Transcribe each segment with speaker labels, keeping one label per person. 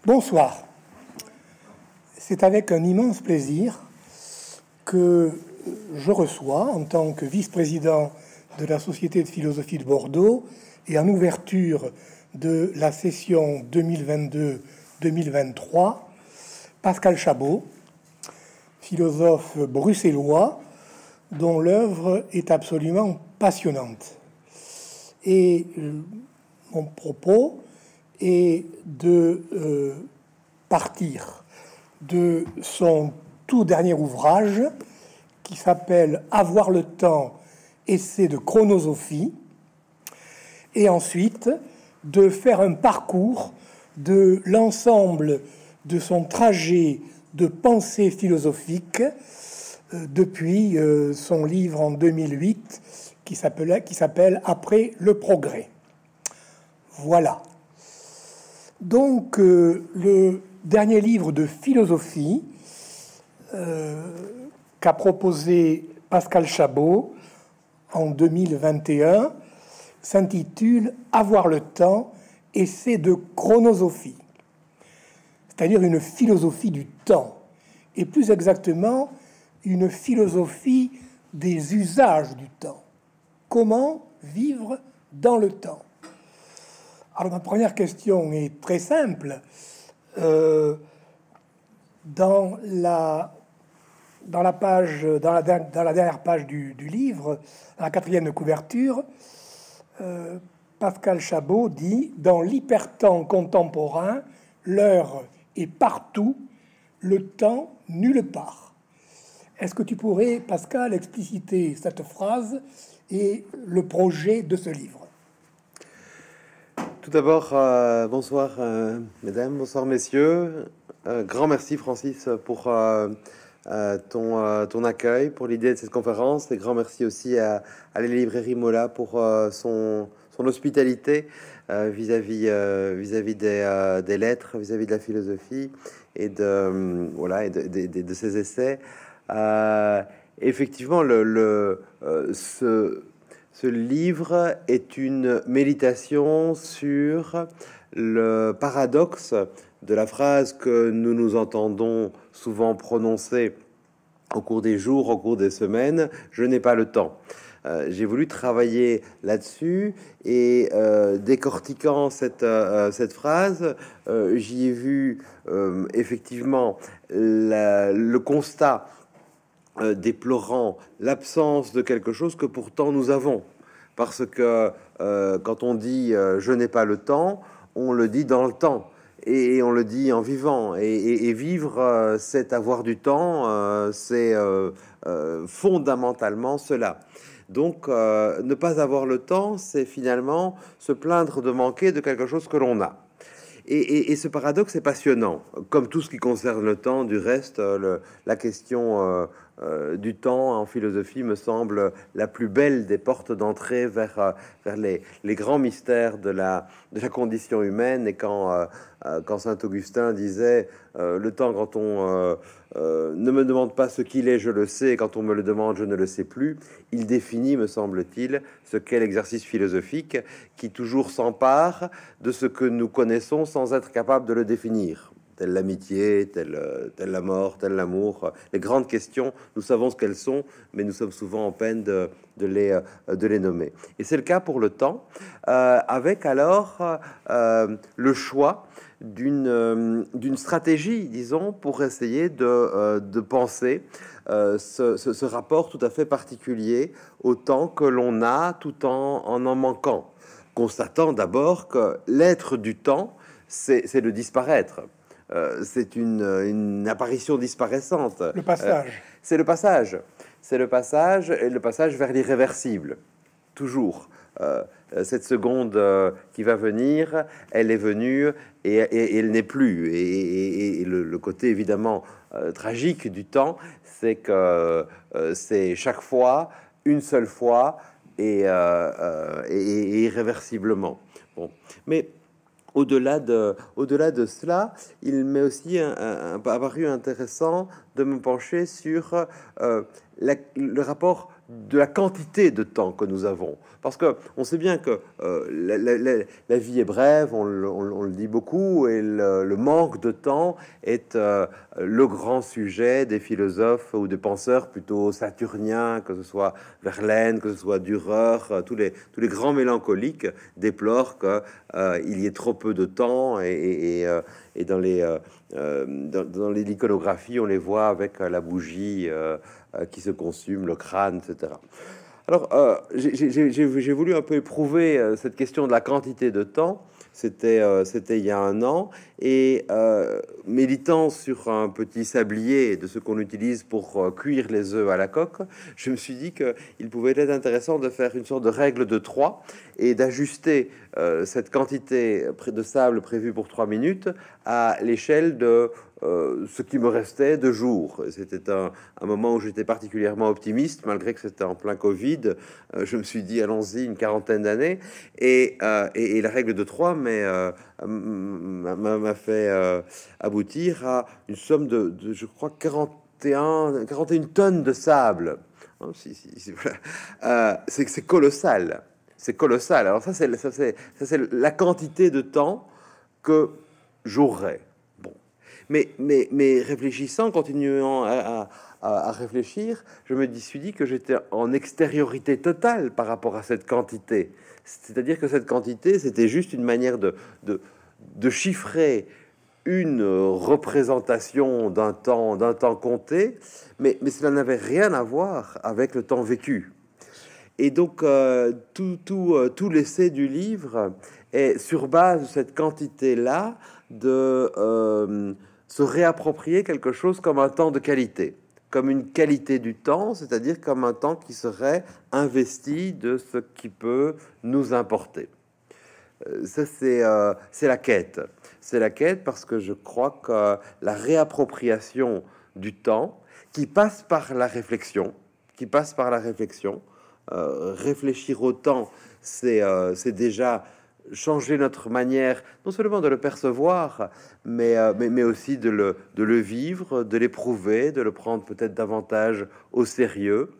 Speaker 1: Bonsoir. C'est avec un immense plaisir que je reçois, en tant que vice-président de la Société de philosophie de Bordeaux et en ouverture de la session 2022-2023, Pascal Chabot, philosophe bruxellois dont l'œuvre est absolument passionnante. Et mon propos est de partir de son tout dernier ouvrage qui s'appelle Avoir le temps, essai de chronosophie, et ensuite de faire un parcours de l'ensemble de son trajet de pensée philosophique depuis son livre en 2008 qui s'appelle Après le progrès. Voilà. Donc, le dernier livre de philosophie qu'a proposé Pascal Chabot en 2021 s'intitule Avoir le temps, essai de chronosophie, c'est-à-dire une philosophie du temps, et plus exactement une philosophie des usages du temps. Comment vivre dans le temps? Alors, ma première question est très simple. Dans la dernière page du livre, à la quatrième de couverture, Pascal Chabot dit « Dans l'hypertemps contemporain, l'heure est partout, le temps nulle part ». Est-ce que tu pourrais, Pascal, expliciter cette phrase et le projet de ce livre?
Speaker 2: Tout d'abord, bonsoir mesdames, bonsoir messieurs. Grand merci Francis pour ton accueil, pour l'idée de cette conférence, et grand merci aussi à la librairie Mola pour son hospitalité vis-à-vis des lettres, vis-à-vis de la philosophie et de ses essais. Effectivement, ce livre est une méditation sur le paradoxe de la phrase que nous entendons souvent prononcer au cours des jours, au cours des semaines, je n'ai pas le temps. J'ai voulu travailler là-dessus et décortiquant cette phrase, j'y ai vu effectivement le constat déplorant l'absence de quelque chose que pourtant nous avons. Parce que quand on dit je n'ai pas le temps, on le dit dans le temps. Et on le dit en vivant. Et vivre, c'est avoir du temps, c'est fondamentalement cela. Donc, ne pas avoir le temps, c'est finalement se plaindre de manquer de quelque chose que l'on a. Et ce paradoxe est passionnant, comme tout ce qui concerne le temps. Du reste, la question du temps en philosophie me semble la plus belle des portes d'entrée vers les grands mystères de la condition humaine. Et quand Saint Augustin disait le temps, quand on ne me demande pas ce qu'il est, je le sais, et quand on me le demande, je ne le sais plus, il définit, me semble-t-il, ce qu'est l'exercice philosophique qui toujours s'empare de ce que nous connaissons sans être capable de le définir. Telle l'amitié, telle la mort, tel l'amour. Les grandes questions, nous savons ce qu'elles sont, mais nous sommes souvent en peine de les nommer. Et c'est le cas pour le temps, avec alors le choix d'une stratégie, disons, pour essayer de penser ce rapport tout à fait particulier au temps que l'on a tout en manquant, constatant d'abord que l'être du temps, c'est le disparaître. C'est une apparition disparaissante.
Speaker 1: Le passage.
Speaker 2: C'est le passage. C'est le passage, et le passage vers l'irréversible. Toujours. Cette seconde qui va venir, elle est venue et elle n'est plus. Et le côté évidemment tragique du temps, c'est que c'est chaque fois, une seule fois et irréversiblement. Bon, mais au-delà de cela, il m'est aussi apparu intéressant de me pencher sur le rapport de la quantité de temps que nous avons. Parce que on sait bien que la vie est brève, on le dit beaucoup, et le manque de temps est le grand sujet des philosophes ou des penseurs plutôt saturniens, que ce soit Verlaine, que ce soit Dürer, tous les grands mélancoliques déplorent qu'il y ait trop peu de temps, et dans l'iconographie, on les voit avec la bougie qui se consume, le crâne, etc. Alors, j'ai voulu un peu éprouver cette question de la quantité de temps. C'était il y a un an, et méditant sur un petit sablier de ce qu'on utilise pour cuire les œufs à la coque, je me suis dit qu'il pouvait être intéressant de faire une sorte de règle de 3 et d'ajuster cette quantité de sable prévue pour 3 minutes à l'échelle de ce qui me restait de jours. C'était un moment où j'étais particulièrement optimiste, malgré que c'était en plein Covid. Je me suis dit, allons-y, une quarantaine d'années. Et la règle de 3 m'a fait aboutir à une somme de je crois, 41 tonnes de sable. Voilà. C'est colossal. C'est colossal. Alors ça, c'est la quantité de temps que j'aurais. Mais réfléchissant, continuant à réfléchir, je me suis dit que j'étais en extériorité totale par rapport à cette quantité. C'est-à-dire que cette quantité, c'était juste une manière de chiffrer une représentation d'un temps compté, mais cela n'avait rien à voir avec le temps vécu. Et donc, tout l'essai du livre est sur base de cette quantité-là de se réapproprier quelque chose comme un temps de qualité, comme une qualité du temps, c'est-à-dire comme un temps qui serait investi de ce qui peut nous importer. Ça, c'est la quête. C'est la quête parce que je crois que la réappropriation du temps, qui passe par la réflexion, réfléchir au temps, c'est déjà changer notre manière, non seulement de le percevoir, mais aussi de le vivre, de l'éprouver, de le prendre peut-être davantage au sérieux.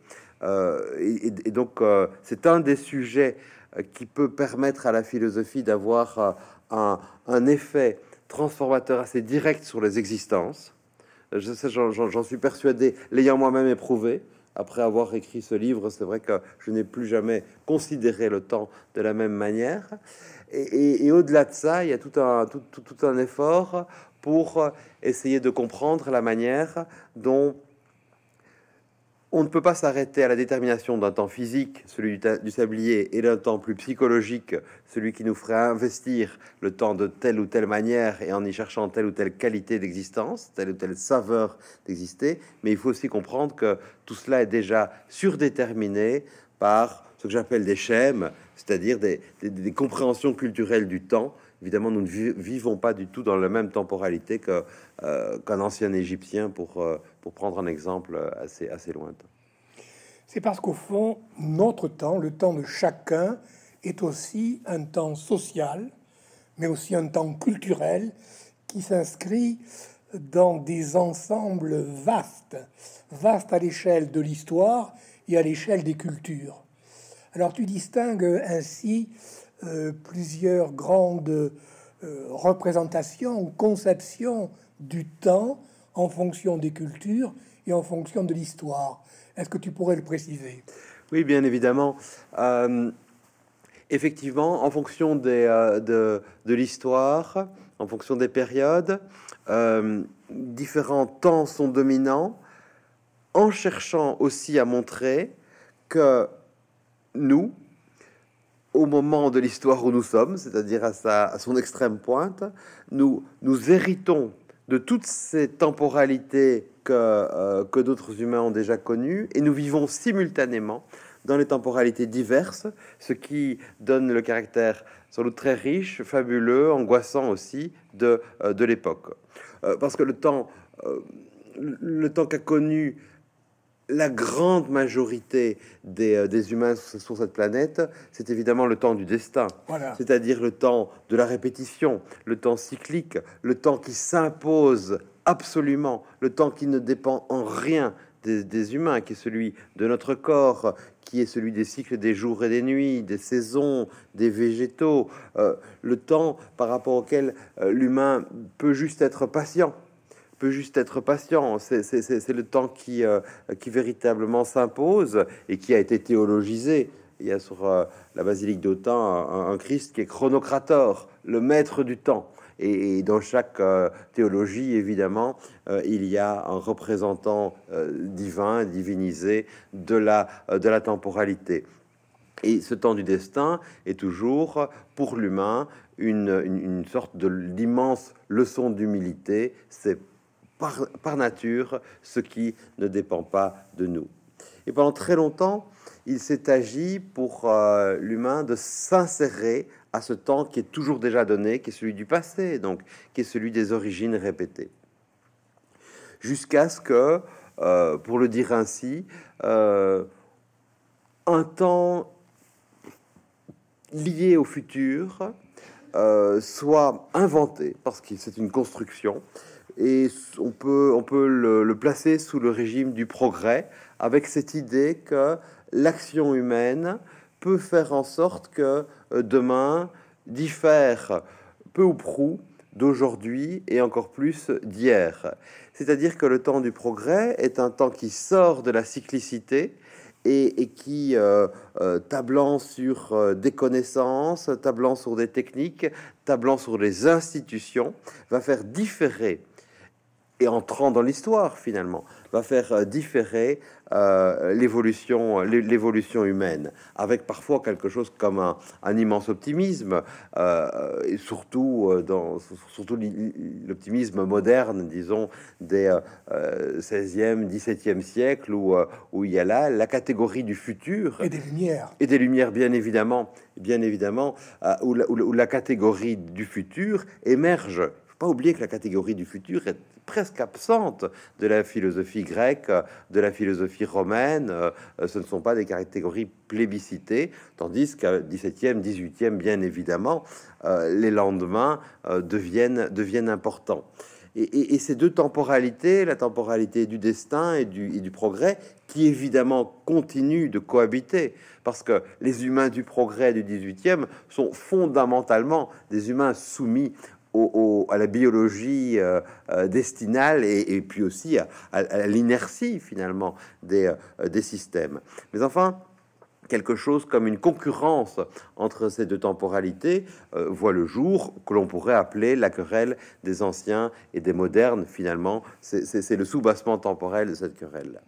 Speaker 2: Et donc, c'est un des sujets qui peut permettre à la philosophie d'avoir un effet transformateur assez direct sur les existences. J'en suis persuadé, l'ayant moi-même éprouvé. Après avoir écrit ce livre, c'est vrai que je n'ai plus jamais considéré le temps de la même manière. Et au-delà de ça, il y a tout un effort pour essayer de comprendre la manière dont on ne peut pas s'arrêter à la détermination d'un temps physique, celui du sablier, et d'un temps plus psychologique, celui qui nous ferait investir le temps de telle ou telle manière et en y cherchant telle ou telle qualité d'existence, telle ou telle saveur d'exister. Mais il faut aussi comprendre que tout cela est déjà surdéterminé par ce que j'appelle des schèmes, c'est-à-dire des compréhensions culturelles du temps. Évidemment, nous ne vivons pas du tout dans la même temporalité qu'un ancien Égyptien, pour prendre un exemple assez lointain.
Speaker 1: C'est parce qu'au fond, notre temps, le temps de chacun, est aussi un temps social, mais aussi un temps culturel qui s'inscrit dans des ensembles vastes à l'échelle de l'histoire et à l'échelle des cultures. Alors tu distingues ainsi plusieurs grandes représentations ou conceptions du temps en fonction des cultures et en fonction de l'histoire. Est-ce que tu pourrais le préciser?
Speaker 2: Oui, bien évidemment. Effectivement, en fonction de l'histoire, en fonction des périodes, différents temps sont dominants, en cherchant aussi à montrer que nous, au moment de l'histoire où nous sommes, c'est-à-dire à son extrême pointe, nous héritons de toutes ces temporalités que d'autres humains ont déjà connues, et nous vivons simultanément dans les temporalités diverses, ce qui donne le caractère sans doute très riche, fabuleux, angoissant aussi de l'époque. Parce que le temps qu'a connu la grande majorité des humains sur cette planète, c'est évidemment le temps du destin.
Speaker 1: Voilà.
Speaker 2: C'est-à-dire le temps de la répétition, le temps cyclique, le temps qui s'impose absolument, le temps qui ne dépend en rien des humains, qui est celui de notre corps, qui est celui des cycles des jours et des nuits, des saisons, des végétaux, le temps par rapport auquel l'humain peut juste être patient. C'est le temps qui véritablement s'impose et qui a été théologisé. Il y a sur la basilique d'Autun un Christ qui est chronocrator, le maître du temps. Et dans chaque théologie, évidemment, il y a un représentant divin, divinisé de la temporalité. Et ce temps du destin est toujours, pour l'humain, une sorte d'immense leçon d'humilité. C'est par nature ce qui ne dépend pas de nous. Et pendant très longtemps, il s'est agi pour l'humain de s'insérer à ce temps qui est toujours déjà donné, qui est celui du passé, donc qui est celui des origines répétées. Jusqu'à ce que, pour le dire ainsi, un temps lié au futur soit inventé, parce que c'est une construction, et on peut le placer sous le régime du progrès, avec cette idée que l'action humaine peut faire en sorte que demain diffère peu ou prou d'aujourd'hui et encore plus d'hier. C'est-à-dire que le temps du progrès est un temps qui sort de la cyclicité et qui, tablant sur des connaissances, tablant sur des techniques, tablant sur des institutions, va faire différer, et entrant dans l'histoire finalement, va faire différer l'évolution humaine, avec parfois quelque chose comme un immense optimisme, et surtout l'optimisme moderne, disons, des 16e, 17e siècle, où il y a là la catégorie du futur.
Speaker 1: Et des lumières.
Speaker 2: Et des lumières, bien évidemment, où la catégorie du futur émerge. Pas oublier que la catégorie du futur est presque absente de la philosophie grecque, de la philosophie romaine. Ce ne sont pas des catégories plébiscitées, tandis qu'à 17e, 18e, bien évidemment, les lendemains deviennent importants. Et ces deux temporalités, la temporalité du destin et du progrès, qui évidemment continuent de cohabiter, parce que les humains du progrès du 18e sont fondamentalement des humains soumis à la biologie destinale et puis aussi à l'inertie finalement des systèmes. Mais enfin, quelque chose comme une concurrence entre ces deux temporalités voit le jour, que l'on pourrait appeler la querelle des anciens et des modernes. Finalement, c'est le soubassement temporel de cette querelle.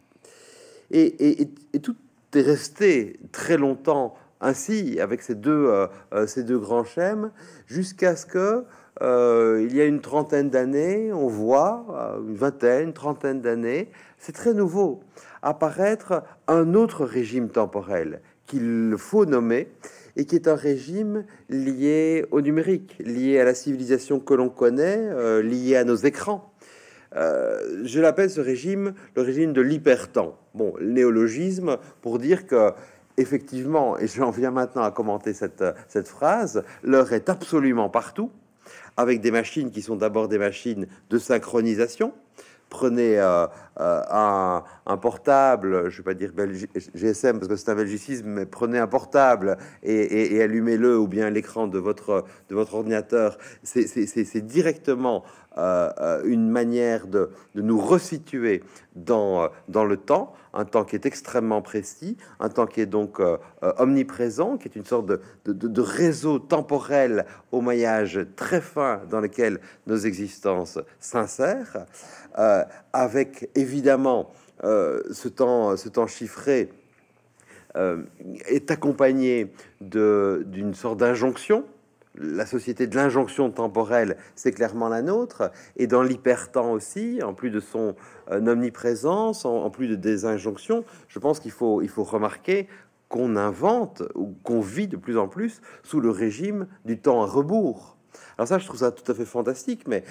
Speaker 2: Et tout est resté très longtemps ainsi, avec ces deux grands schèmes, jusqu'à ce que il y a une trentaine d'années, on voit, une vingtaine, une trentaine d'années, c'est très nouveau, apparaître un autre régime temporel qu'il faut nommer, et qui est un régime lié au numérique, lié à la civilisation que l'on connaît, lié à nos écrans. Je l'appelle ce régime le régime de l'hypertemps. Bon, le néologisme pour dire que effectivement, et j'en viens maintenant à commenter cette phrase, l'heure est absolument partout, avec des machines qui sont d'abord des machines de synchronisation. Prenez un portable, je vais pas dire GSM parce que c'est un belgicisme, mais prenez un portable et allumez-le, ou bien l'écran de votre ordinateur. C'est directement une manière de nous resituer dans le temps, un temps qui est extrêmement précis, un temps qui est donc omniprésent, qui est une sorte de réseau temporel au maillage très fin dans lequel nos existences s'insèrent, avec évidemment ce temps chiffré est accompagné d'une sorte d'injonction. La société de l'injonction temporelle, c'est clairement la nôtre, et dans l'hypertemps aussi, en plus de son omniprésence, en plus des injonctions, je pense qu'il faut remarquer qu'on invente ou qu'on vit de plus en plus sous le régime du temps à rebours. Alors ça, je trouve ça tout à fait fantastique, mais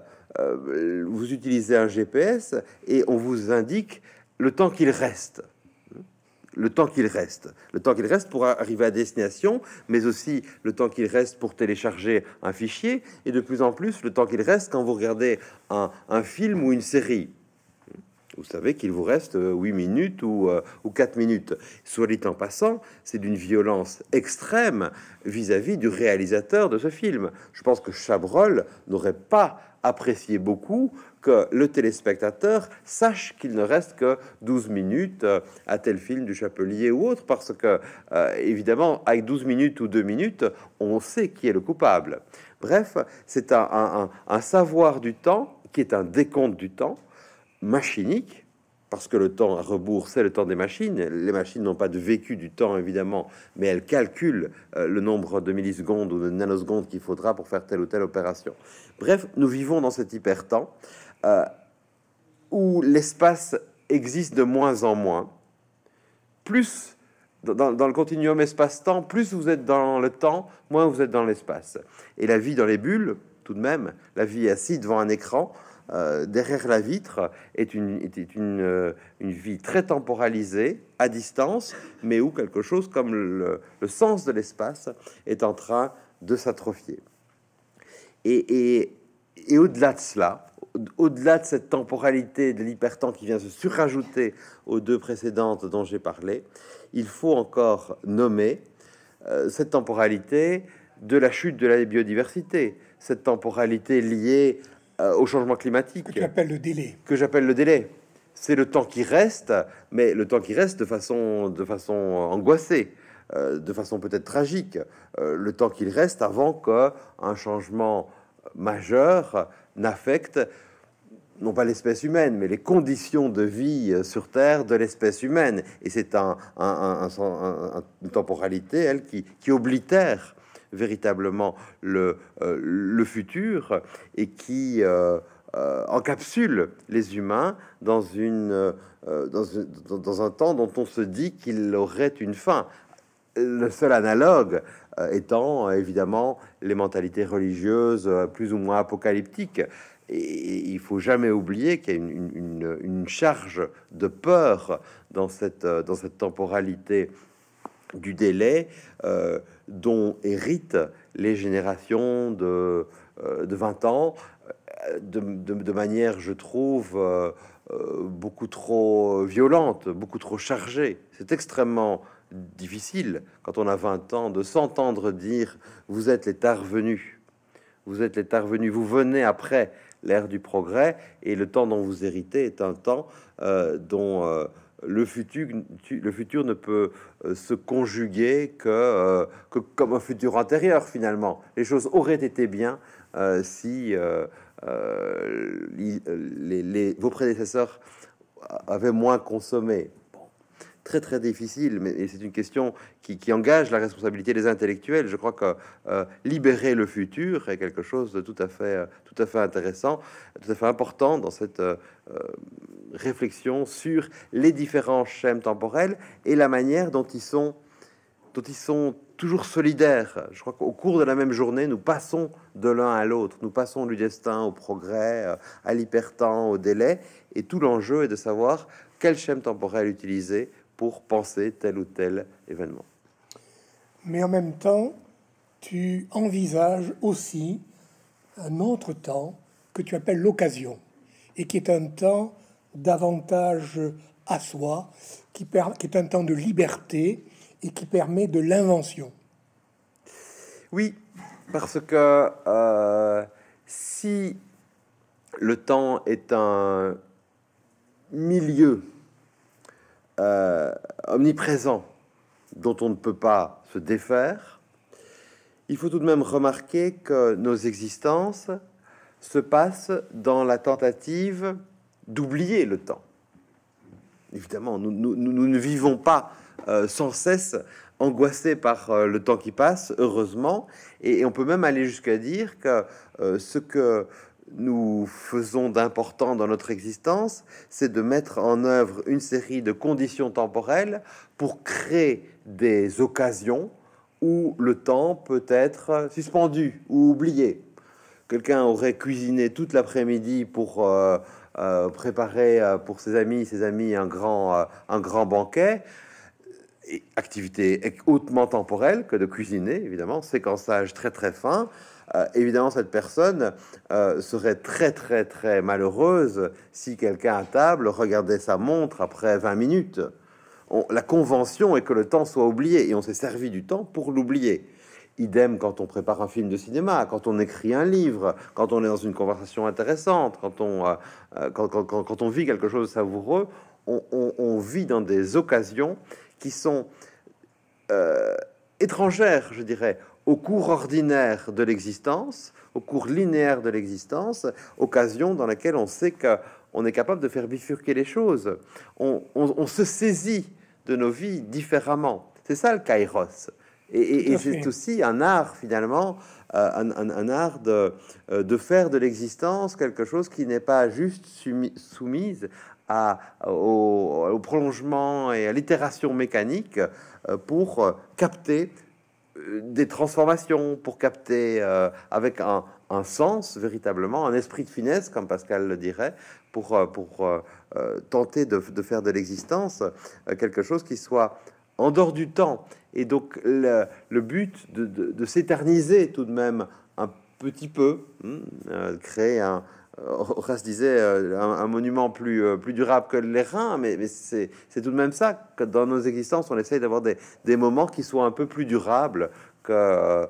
Speaker 2: vous utilisez un GPS et on vous indique le temps qu'il reste. Le temps qu'il reste pour arriver à destination, mais aussi le temps qu'il reste pour télécharger un fichier, et de plus en plus le temps qu'il reste quand vous regardez un film ou une série. Vous savez qu'il vous reste 8 minutes ou 4 minutes. Soit dit en passant, c'est d'une violence extrême vis-à-vis du réalisateur de ce film. Je pense que Chabrol n'aurait pas apprécié beaucoup que le téléspectateur sache qu'il ne reste que 12 minutes à tel film du Chapelier ou autre, parce que, évidemment, avec 12 minutes ou 2 minutes, on sait qui est le coupable. Bref, c'est un savoir du temps qui est un décompte du temps, machinique, parce que le temps à rebours, c'est le temps des machines. Les machines n'ont pas de vécu du temps, évidemment, mais elles calculent le nombre de millisecondes ou de nanosecondes qu'il faudra pour faire telle ou telle opération. Bref, nous vivons dans cet hypertemps où l'espace existe de moins en moins. Plus, dans le continuum espace-temps, plus vous êtes dans le temps, moins vous êtes dans l'espace. Et la vie dans les bulles, tout de même, la vie assise devant un écran, derrière la vitre, est une vie très temporalisée, à distance, mais où quelque chose comme le sens de l'espace est en train de s'atrophier. Et au-delà de cela, au-delà de cette temporalité de l'hypertemps qui vient se surajouter aux deux précédentes dont j'ai parlé, il faut encore nommer cette temporalité de la chute de la biodiversité, cette temporalité liée au changement climatique.
Speaker 1: Que tu appelles le délai.
Speaker 2: Que j'appelle le délai. C'est le temps qui reste, mais le temps qui reste de façon angoissée, de façon peut-être tragique. Le temps qu'il reste avant qu'un changement majeur n'affecte non pas l'espèce humaine, mais les conditions de vie sur Terre de l'espèce humaine. Et c'est une temporalité, elle, qui oblitère véritablement le futur et qui encapsule les humains dans un temps dont on se dit qu'il aurait une fin. Le seul analogue étant évidemment les mentalités religieuses plus ou moins apocalyptiques. Et il faut jamais oublier qu'il y a une charge de peur dans cette temporalité du délai dont héritent les générations de 20 ans de manière, je trouve, beaucoup trop violente, beaucoup trop chargée. C'est extrêmement difficile, quand on a 20 ans, de s'entendre dire « vous êtes les tard venus ». Vous êtes les tard venus, vous venez après l'ère du progrès, et le temps dont vous héritez est un temps dont le futur ne peut se conjuguer que comme un futur antérieur, finalement. Les choses auraient été bien si vos prédécesseurs avaient moins consommé. Très très difficile, mais c'est une question qui engage la responsabilité des intellectuels. Je crois que libérer le futur est quelque chose de tout à fait intéressant, tout à fait important dans cette réflexion sur les différents schèmes temporels et la manière dont ils sont toujours solidaires. Je crois qu'au cours de la même journée, nous passons de l'un à l'autre, nous passons du destin au progrès, à l'hypertemps, au délai, et tout l'enjeu est de savoir quel schème temporel utiliser pour penser tel ou tel événement.
Speaker 1: Mais en même temps, tu envisages aussi un autre temps que tu appelles l'occasion, et qui est un temps davantage à soi, qui est un temps de liberté et qui permet de l'invention.
Speaker 2: Oui, parce que si le temps est un milieu omniprésent dont on ne peut pas se défaire, il faut tout de même remarquer que nos existences se passent dans la tentative d'oublier le temps. Évidemment, nous ne vivons pas sans cesse angoissés par le temps qui passe, heureusement, et on peut même aller jusqu'à dire que ce que nous faisons d'important dans notre existence, c'est de mettre en œuvre une série de conditions temporelles pour créer des occasions où le temps peut être suspendu ou oublié. Quelqu'un aurait cuisiné toute l'après-midi pour préparer pour ses amis un grand banquet. Activité hautement temporelle que de cuisiner, évidemment, séquençage très très fin. évidemment, cette personne serait très, très, très malheureuse si quelqu'un à table regardait sa montre après 20 minutes. La convention est que le temps soit oublié, et on s'est servi du temps pour l'oublier. Idem quand on prépare un film de cinéma, quand on écrit un livre, quand on est dans une conversation intéressante, quand on vit quelque chose de savoureux, on vit dans des occasions qui sont étrangères, je dirais, au cours ordinaire de l'existence, au cours linéaire de l'existence, occasion dans laquelle on sait qu'on est capable de faire bifurquer les choses. On se saisit de nos vies différemment. C'est ça le kairos. Et c'est aussi un art, finalement, un art de faire de l'existence quelque chose qui n'est pas juste soumise au prolongement et à l'itération mécanique pour capter des transformations, pour capter avec un sens, véritablement, un esprit de finesse, comme Pascal le dirait, pour tenter de faire de l'existence quelque chose qui soit en dehors du temps. Et donc le but de s'éterniser tout de même un petit peu, créer Horace disait un monument plus durable que les reins, mais c'est tout de même ça, que dans nos existences, on essaye d'avoir des moments qui soient un peu plus durables que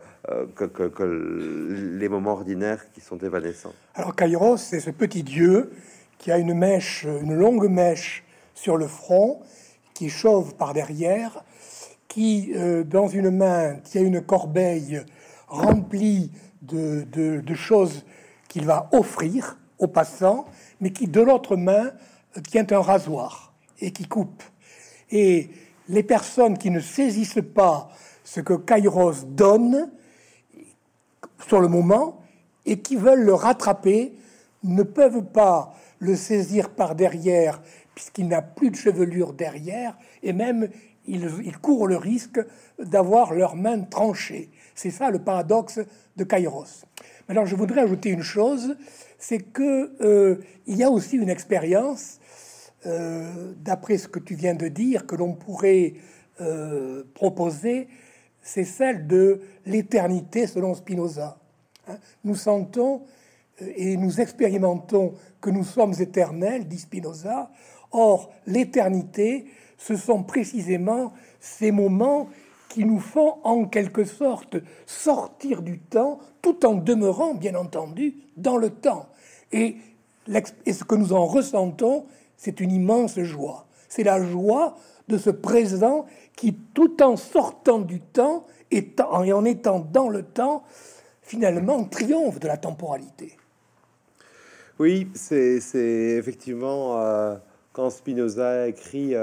Speaker 2: les moments ordinaires qui sont évanescents.
Speaker 1: Alors Kairos, c'est ce petit dieu qui a une mèche, une longue mèche sur le front, qui chauffe par derrière, qui, dans une main, tient une corbeille remplie de choses qu'il va offrir aux passants, mais qui, de l'autre main, tient un rasoir et qui coupe. Et les personnes qui ne saisissent pas ce que Kairos donne sur le moment et qui veulent le rattraper ne peuvent pas le saisir par derrière, puisqu'il n'a plus de chevelure derrière, et même ils courent le risque d'avoir leurs mains tranchées. C'est ça le paradoxe de Kairos. Alors je voudrais ajouter une chose, c'est que il y a aussi une expérience, d'après ce que tu viens de dire, que l'on pourrait proposer, c'est celle de l'éternité selon Spinoza. Nous sentons et nous expérimentons que nous sommes éternels, dit Spinoza. Or, l'éternité, ce sont précisément ces moments qui nous font en quelque sorte sortir du temps, tout en demeurant, bien entendu, dans le temps. Et ce que nous en ressentons, c'est une immense joie. C'est la joie de ce présent qui, tout en sortant du temps et en étant dans le temps, finalement triomphe de la temporalité.
Speaker 2: Oui, c'est effectivement quand Spinoza écrit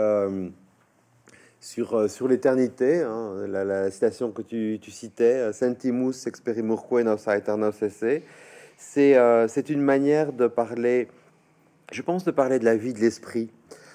Speaker 2: sur l'éternité, la citation que tu citais, Sentimus experimurque nos aeternos esse, c'est une manière de parler, je pense, de parler de la vie de l'esprit,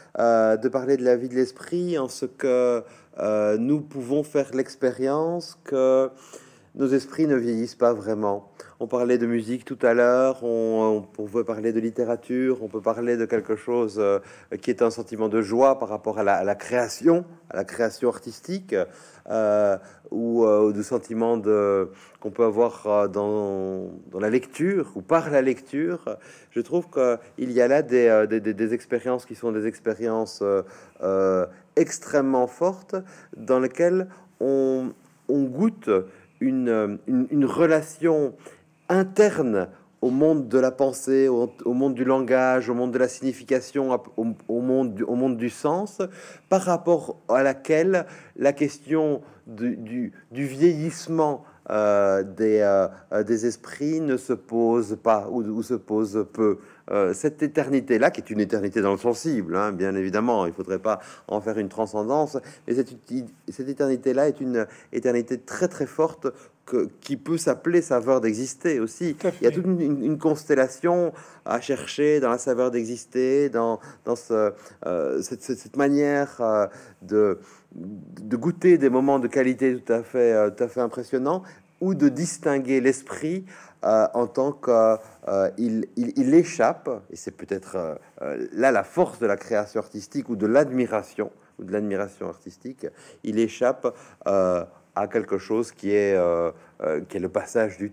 Speaker 2: en ce que nous pouvons faire l'expérience que nos esprits ne vieillissent pas vraiment. On parlait de musique tout à l'heure, on pouvait parler de littérature, on peut parler de quelque chose qui est un sentiment de joie par rapport à la création artistique, ou de sentiment qu'on peut avoir dans la lecture ou par la lecture. Je trouve qu'il y a là des expériences qui sont des expériences extrêmement fortes, dans lesquelles on goûte une relation interne au monde de la pensée, au monde du langage, au monde de la signification, au monde du sens, par rapport à laquelle la question du vieillissement des esprits ne se pose pas ou se pose peu. Cette éternité-là, qui est une éternité dans le sensible, bien évidemment, il ne faudrait pas en faire une transcendance, mais cette éternité-là est une éternité très très forte qui peut s'appeler saveur d'exister aussi. Il y a toute une constellation à chercher dans la saveur d'exister, dans cette manière de goûter des moments de qualité tout à fait impressionnants, ou de distinguer l'esprit en tant qu'il échappe, et c'est peut-être là la force de la création artistique ou de l'admiration artistique, il échappe à quelque chose qui est le passage du temps.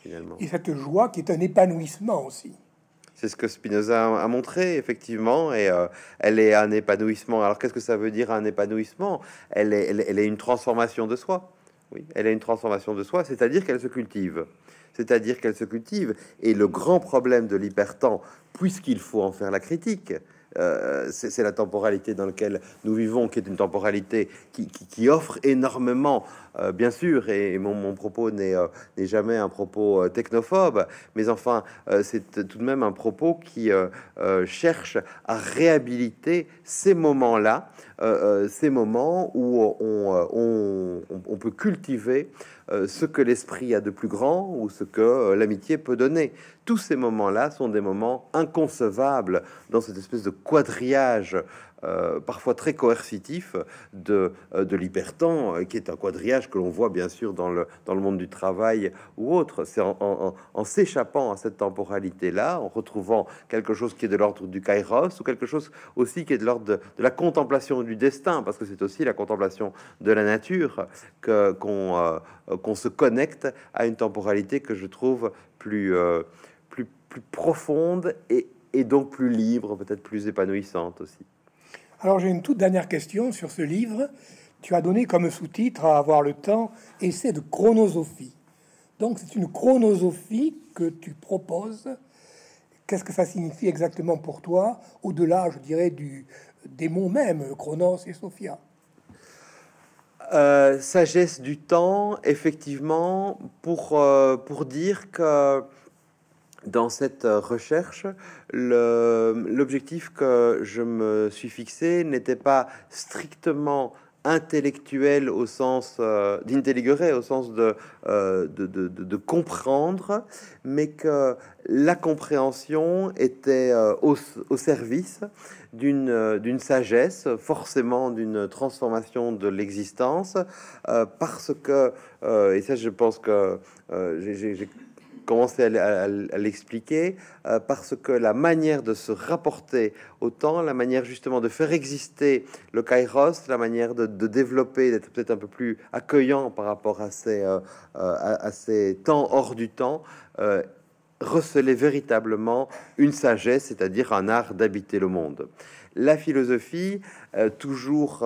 Speaker 2: finalement.
Speaker 1: Et cette joie qui est un épanouissement aussi.
Speaker 2: C'est ce que Spinoza a montré, effectivement, et elle est un épanouissement. Alors, qu'est-ce que ça veut dire un épanouissement? Elle est une transformation de soi. Oui, elle est une transformation de soi, c'est-à-dire qu'elle se cultive. C'est-à-dire qu'elle se cultive. Et le grand problème de l'hypertemps, puisqu'il faut en faire la critique, c'est la temporalité dans laquelle nous vivons, qui est une temporalité qui offre énormément, bien sûr, et mon propos n'est jamais un propos technophobe, mais enfin, c'est tout de même un propos qui cherche à réhabiliter ces moments-là, ces moments où on peut cultiver ce que l'esprit a de plus grand ou ce que l'amitié peut donner. Tous ces moments-là sont des moments inconcevables dans cette espèce de quadrillage parfois très coercitif de l'hypertemps, qui est un quadrillage que l'on voit bien sûr dans le monde du travail ou autre. C'est en s'échappant à cette temporalité-là, en retrouvant quelque chose qui est de l'ordre du kairos, ou quelque chose aussi qui est de l'ordre de la contemplation du destin, parce que c'est aussi la contemplation de la nature qu'on se connecte à une temporalité que je trouve plus profonde et donc plus libre, peut-être plus épanouissante aussi.
Speaker 1: Alors j'ai une toute dernière question sur ce livre. Tu as donné comme sous-titre à avoir le temps, essai de chronosophie. Donc c'est une chronosophie que tu proposes. Qu'est-ce que ça signifie exactement pour toi, au-delà, je dirais, des mots même, Chronos et Sophia?
Speaker 2: Sagesse du temps, effectivement, pour dire que dans cette recherche, l'objectif que je me suis fixé n'était pas strictement intellectuel au sens d'intelligere, au sens de comprendre, mais que la compréhension était au service d'une sagesse, forcément d'une transformation de l'existence, parce que, et ça je pense que j'ai commencer à l'expliquer, parce que la manière de se rapporter au temps, la manière justement de faire exister le kairos, la manière de développer, d'être peut-être un peu plus accueillant par rapport à ces temps hors du temps, recelait véritablement une sagesse, c'est-à-dire un art d'habiter le monde. La philosophie, toujours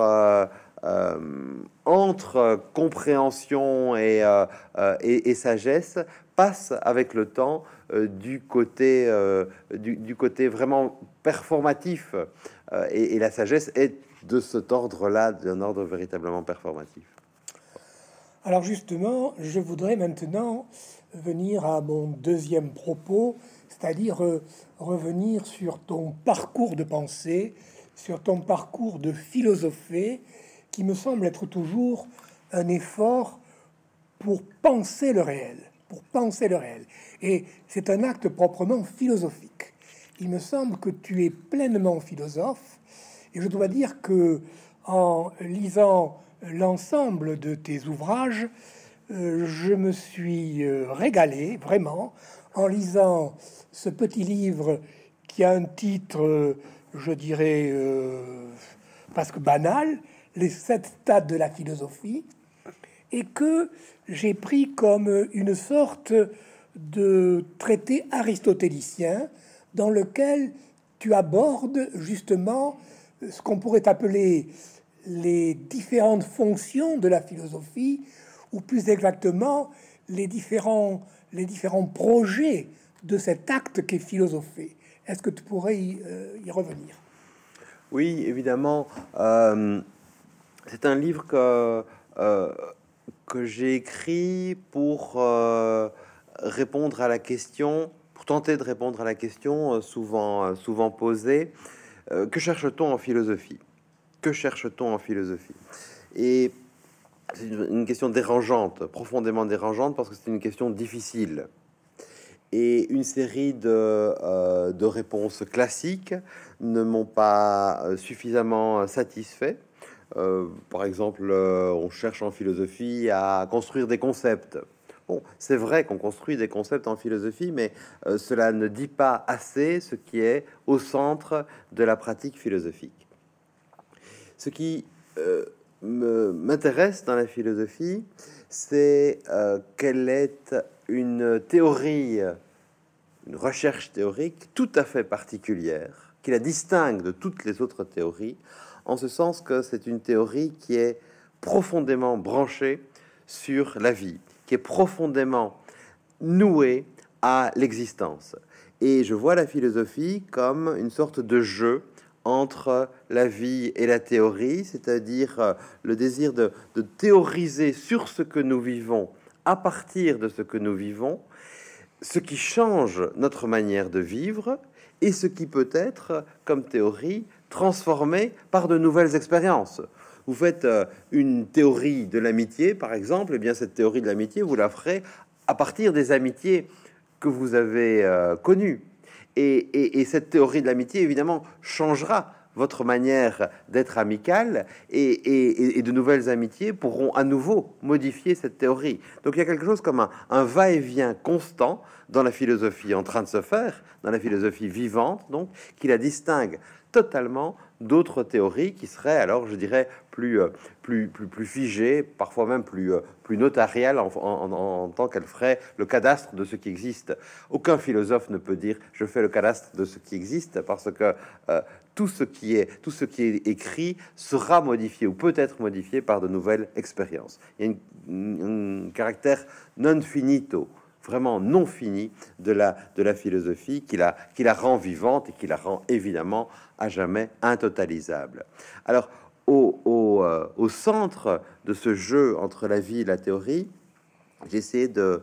Speaker 2: entre compréhension et sagesse, passe avec le temps du côté vraiment performatif, et la sagesse est de cet ordre-là, d'un ordre véritablement performatif.
Speaker 1: Alors justement, je voudrais maintenant venir à mon deuxième propos, c'est-à-dire revenir sur ton parcours de pensée, sur ton parcours de philosophie, qui me semble être toujours un effort pour penser le réel, pour penser le réel. Et c'est un acte proprement philosophique. Il me semble que tu es pleinement philosophe, et je dois dire que en lisant l'ensemble de tes ouvrages, je me suis régalé vraiment en lisant ce petit livre qui a un titre, je dirais, presque banal, Les 7 stades de la philosophie, et que j'ai pris comme une sorte de traité aristotélicien dans lequel tu abordes justement ce qu'on pourrait appeler les différentes fonctions de la philosophie, ou plus exactement les différents projets de cet acte qu'est philosopher. Est-ce que tu pourrais y revenir?
Speaker 2: Oui, évidemment. C'est un livre que j'ai écrit pour répondre à la question, pour tenter de répondre à la question souvent posée, que cherche-t-on en philosophie? Que cherche-t-on en philosophie? Et c'est une question dérangeante, profondément dérangeante, parce que c'est une question difficile. Et une série de réponses classiques ne m'ont pas suffisamment satisfait. Par exemple, on cherche en philosophie à construire des concepts. Bon, c'est vrai qu'on construit des concepts en philosophie, mais cela ne dit pas assez ce qui est au centre de la pratique philosophique. Ce qui m'intéresse dans la philosophie, c'est quelle est une théorie, une recherche théorique tout à fait particulière, qui la distingue de toutes les autres théories, en ce sens que c'est une théorie qui est profondément branchée sur la vie, qui est profondément nouée à l'existence. Et je vois la philosophie comme une sorte de jeu entre la vie et la théorie, c'est-à-dire le désir de théoriser sur ce que nous vivons à partir de ce que nous vivons, ce qui change notre manière de vivre et ce qui peut être, comme théorie, transformé par de nouvelles expériences. Vous faites une théorie de l'amitié, par exemple, et bien cette théorie de l'amitié, vous la ferez à partir des amitiés que vous avez connues. Et cette théorie de l'amitié, évidemment, changera votre manière d'être amical et de nouvelles amitiés pourront à nouveau modifier cette théorie. Donc il y a quelque chose comme un va-et-vient constant dans la philosophie en train de se faire, dans la philosophie vivante, donc, qui la distingue totalement d'autres théories qui seraient, alors je dirais, plus figées, parfois même plus notariales en tant qu'elles feraient le cadastre de ce qui existe. Aucun philosophe ne peut dire je fais le cadastre de ce qui existe, parce que tout ce qui est écrit sera modifié ou peut être modifié par de nouvelles expériences. Il y a un caractère non finito, vraiment non fini de la philosophie qui la rend vivante et qui la rend évidemment à jamais intotalisable. Alors, au centre de ce jeu entre la vie et la théorie, j'ai essayé de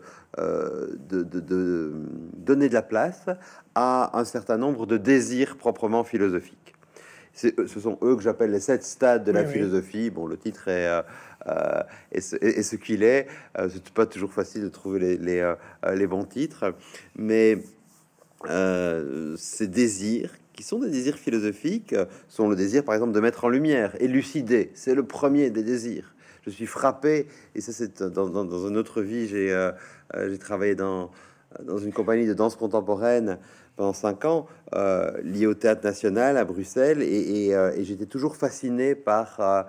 Speaker 2: donner de la place à un certain nombre de désirs proprement philosophiques. Ce sont eux que j'appelle les 7 stades de la philosophie. Bon, le titre est ce qu'il est. C'est pas toujours facile de trouver les bons titres, mais ces désirs, qui sont des désirs philosophiques, sont le désir, par exemple, de mettre en lumière, élucider. C'est le premier des désirs. Je suis frappé, et ça c'est dans une autre vie, j'ai travaillé dans une compagnie de danse contemporaine pendant 5 ans, liée au Théâtre National à Bruxelles, et j'étais toujours fasciné par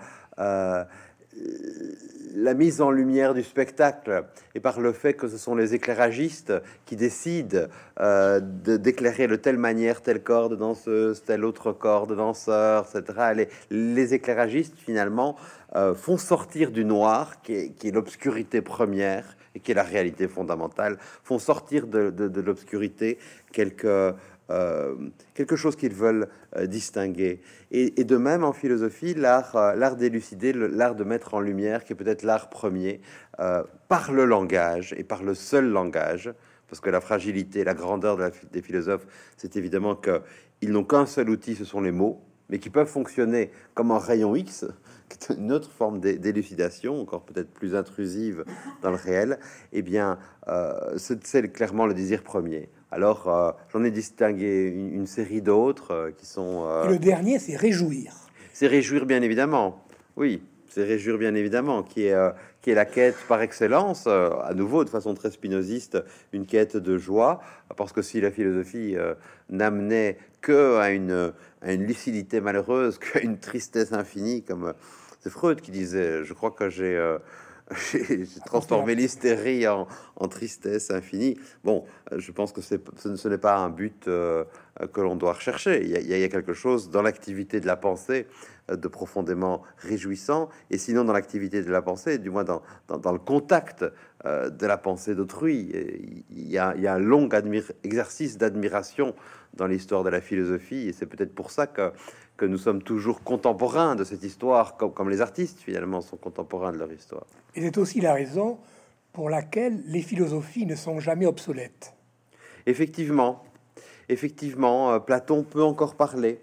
Speaker 2: la mise en lumière du spectacle et par le fait que ce sont les éclairagistes qui décident d'éclairer de telle manière tel corps de danseuse, tel autre corps de danseur, etc. Les éclairagistes, finalement, font sortir du noir, qui est l'obscurité première et qui est la réalité fondamentale, font sortir de l'obscurité quelque chose qu'ils veulent distinguer. Et de même, en philosophie, l'art d'élucider, l'art de mettre en lumière, qui est peut-être l'art premier, par le langage, et par le seul langage, parce que la fragilité, la grandeur des philosophes, c'est évidemment qu'ils n'ont qu'un seul outil, ce sont les mots, mais qui peuvent fonctionner comme un rayon X, qui est une autre forme d'élucidation, encore peut-être plus intrusive dans le réel. Eh bien, c'est clairement le désir premier. Alors, j'en ai distingué une série d'autres qui sont...
Speaker 1: Et le dernier, c'est réjouir.
Speaker 2: C'est réjouir, bien évidemment. Oui, c'est réjouir, bien évidemment, qui est la quête par excellence, à nouveau, de façon très spinoziste, une quête de joie, parce que si la philosophie n'amenait que à une lucidité malheureuse, qu'à une tristesse infinie, comme c'est Freud qui disait, je crois que j'ai transformé l'hystérie en tristesse infinie. Bon, je pense que ce n'est pas un but que l'on doit rechercher. Il y a quelque chose dans l'activité de la pensée de profondément réjouissant, et sinon dans l'activité de la pensée, du moins dans le contact de la pensée d'autrui. Il y a un long exercice d'admiration dans l'histoire de la philosophie, et c'est peut-être pour ça que nous sommes toujours contemporains de cette histoire, comme les artistes finalement sont contemporains de leur histoire.
Speaker 1: Et c'est aussi la raison pour laquelle les philosophies ne sont jamais obsolètes.
Speaker 2: Effectivement, Platon peut encore parler.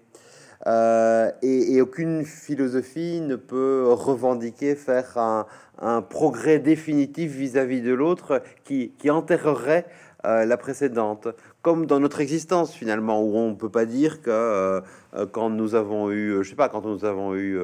Speaker 2: Et aucune philosophie ne peut revendiquer faire un progrès définitif vis-à-vis de l'autre qui enterrerait la précédente, comme dans notre existence finalement, où on peut pas dire que quand nous avons eu, je sais pas, quand nous avons eu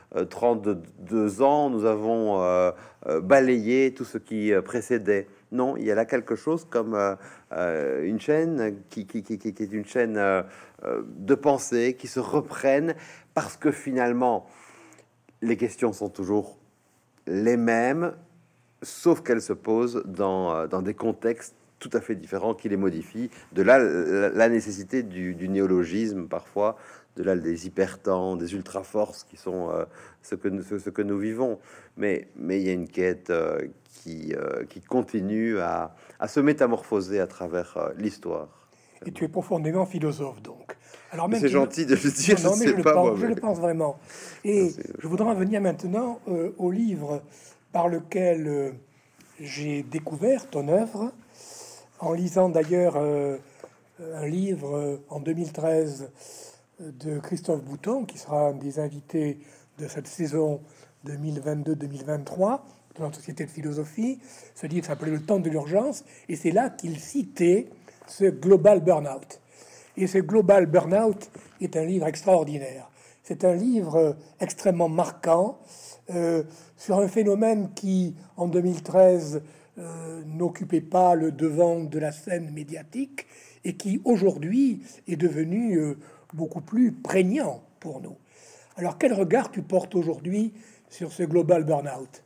Speaker 2: 32 ans, nous avons balayé tout ce qui précédait. Non, il y a là quelque chose comme une chaîne qui est une chaîne de pensée qui se reprennent, parce que finalement les questions sont toujours les mêmes sauf qu'elle se pose dans des contextes tout à fait différents qui les modifient. De là, la nécessité du néologisme parfois, de là des hypertemps, des ultra-forces qui sont ce que nous vivons. Mais il y a une quête qui continue à se métamorphoser à travers l'histoire.
Speaker 1: Et tu es profondément philosophe, donc. Alors
Speaker 2: c'est gentil de le dire,
Speaker 1: non, mais je le
Speaker 2: mais...
Speaker 1: pense vraiment. Et je voudrais en venir maintenant au livre par lequel j'ai découvert ton œuvre, en lisant d'ailleurs un livre en 2013 de Christophe Bouton, qui sera un des invités de cette saison 2022-2023 de la Société de philosophie. Ce livre s'appelait Le temps de l'urgence, et c'est là qu'il citait ce Global Burnout. Et ce Global Burnout est un livre extraordinaire. C'est un livre extrêmement marquant sur un phénomène qui, en 2013, n'occupait pas le devant de la scène médiatique et qui, aujourd'hui, est devenu beaucoup plus prégnant pour nous. Alors, quel regard tu portes aujourd'hui sur ce Global Burnout?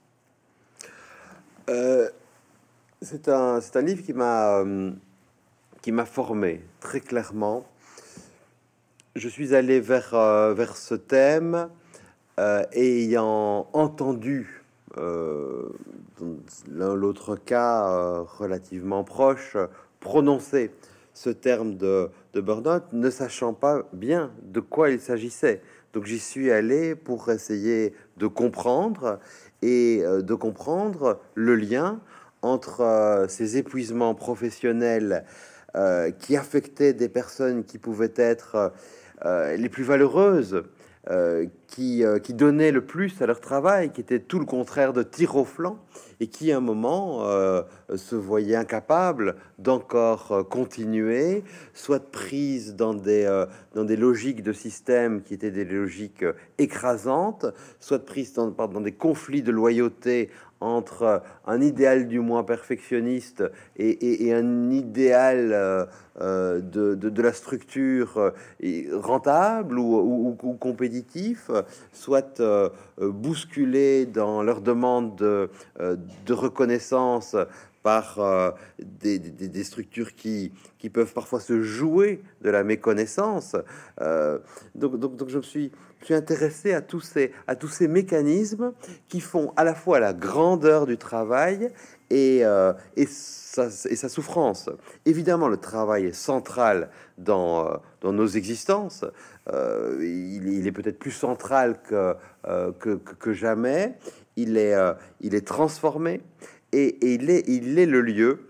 Speaker 2: C'est un livre qui m'a formé très clairement. Je suis allé vers ce thème ayant entendu dans l'un l'autre cas relativement proche prononcer ce terme de burn-out, ne sachant pas bien de quoi il s'agissait. Donc j'y suis allé pour essayer de comprendre et de comprendre le lien entre ces épuisements professionnels qui affectaient des personnes qui pouvaient être les plus valeureuses, qui donnaient le plus à leur travail, qui étaient tout le contraire de tir au flanc, et qui à un moment se voyaient incapables d'encore continuer, soit prises dans des logiques de système qui étaient des logiques écrasantes, soit prises dans des conflits de loyauté entre un idéal du moins perfectionniste et un idéal de la structure rentable ou compétitif, soit bousculés dans leur demande de reconnaissance par des structures qui peuvent parfois se jouer de la méconnaissance. Donc je me suis intéressé à tous ces mécanismes qui font à la fois la grandeur du travail et sa souffrance. Évidemment, le travail est central dans nos existences. Il est peut-être plus central que jamais. Il est transformé et il est le lieu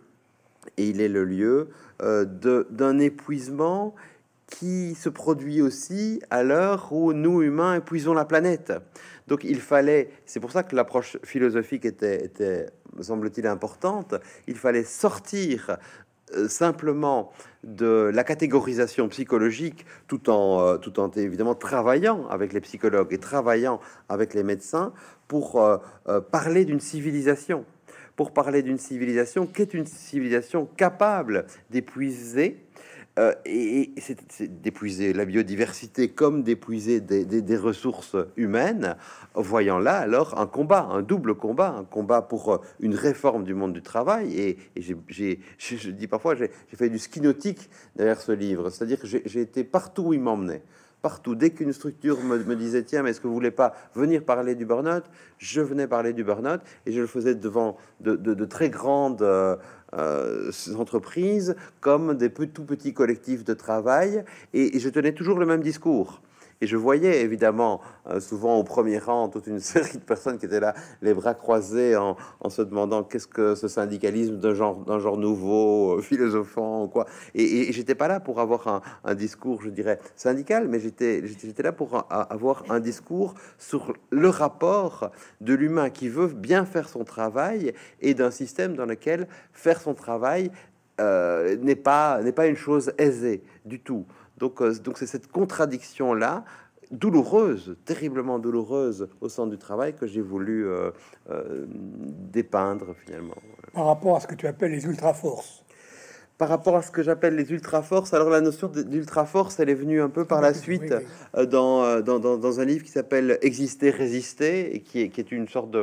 Speaker 2: d'un épuisement qui se produit aussi à l'heure où nous, humains, épuisons la planète. Donc il fallait, c'est pour ça que l'approche philosophique était me semble-t-il, importante, il fallait sortir simplement de la catégorisation psychologique tout en évidemment travaillant avec les psychologues et travaillant avec les médecins pour parler d'une civilisation. Pour parler d'une civilisation qui est une civilisation capable d'épuiser et c'est d'épuiser la biodiversité comme d'épuiser des ressources humaines, voyant là alors un double combat, un combat pour une réforme du monde du travail. Et je dis parfois, j'ai fait du ski nautique derrière ce livre, c'est-à-dire que j'ai été partout où il m'emmenait. Partout, dès qu'une structure me disait tiens, mais est-ce que vous voulez pas venir parler du burn-out, je venais parler du burn-out et je le faisais devant de très grandes entreprises comme des tout petits collectifs de travail et je tenais toujours le même discours. Et je voyais évidemment souvent au premier rang toute une série de personnes qui étaient là, les bras croisés, en se demandant qu'est-ce que ce syndicalisme d'un genre nouveau, philosophant ou quoi. Et j'étais pas là pour avoir un discours, je dirais, syndical, mais j'étais là pour avoir un discours sur le rapport de l'humain qui veut bien faire son travail et d'un système dans lequel faire son travail n'est pas une chose aisée du tout. Donc c'est cette contradiction-là, douloureuse, terriblement douloureuse au centre du travail que j'ai voulu dépeindre finalement.
Speaker 1: Par rapport à ce que tu appelles les ultra-forces.
Speaker 2: Par rapport à ce que j'appelle les ultra-forces, alors la notion d'ultra-force, elle est venue un peu par la suite dans un livre qui s'appelle Exister, résister, et qui est une sorte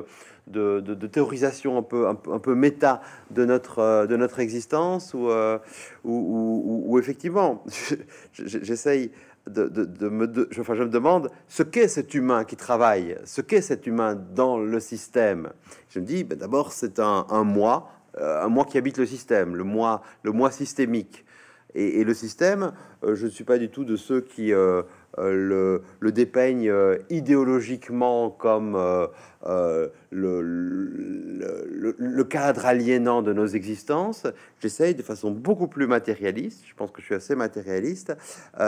Speaker 2: de théorisation un peu méta de notre existence, où effectivement, j'essaye je me demande ce qu'est cet humain qui travaille, ce qu'est cet humain dans le système. Je me dis, ben d'abord, c'est un moi qui habite le système, le moi systémique. Et le système, je ne suis pas du tout de ceux qui le dépeignent idéologiquement comme le cadre aliénant de nos existences. J'essaye de façon beaucoup plus matérialiste, je pense que je suis assez matérialiste,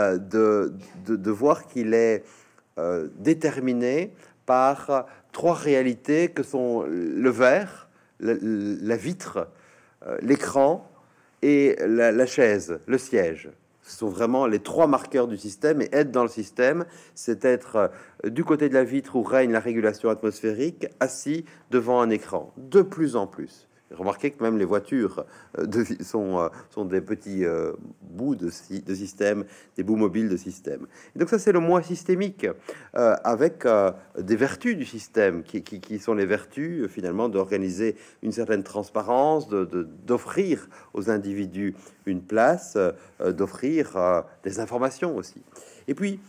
Speaker 2: de voir qu'il est déterminé par trois réalités que sont le verre, la vitre, l'écran et la chaise, le siège. Ce sont vraiment les trois marqueurs du système, et être dans le système, c'est être du côté de la vitre où règne la régulation atmosphérique, assis devant un écran, de plus en plus. Remarquez que même les voitures sont des petits bouts de système, des bouts mobiles de système. Et donc ça, c'est le moi systémique, avec des vertus du système, qui sont les vertus, finalement, d'organiser une certaine transparence, d'offrir aux individus une place, d'offrir des informations aussi. Et puis,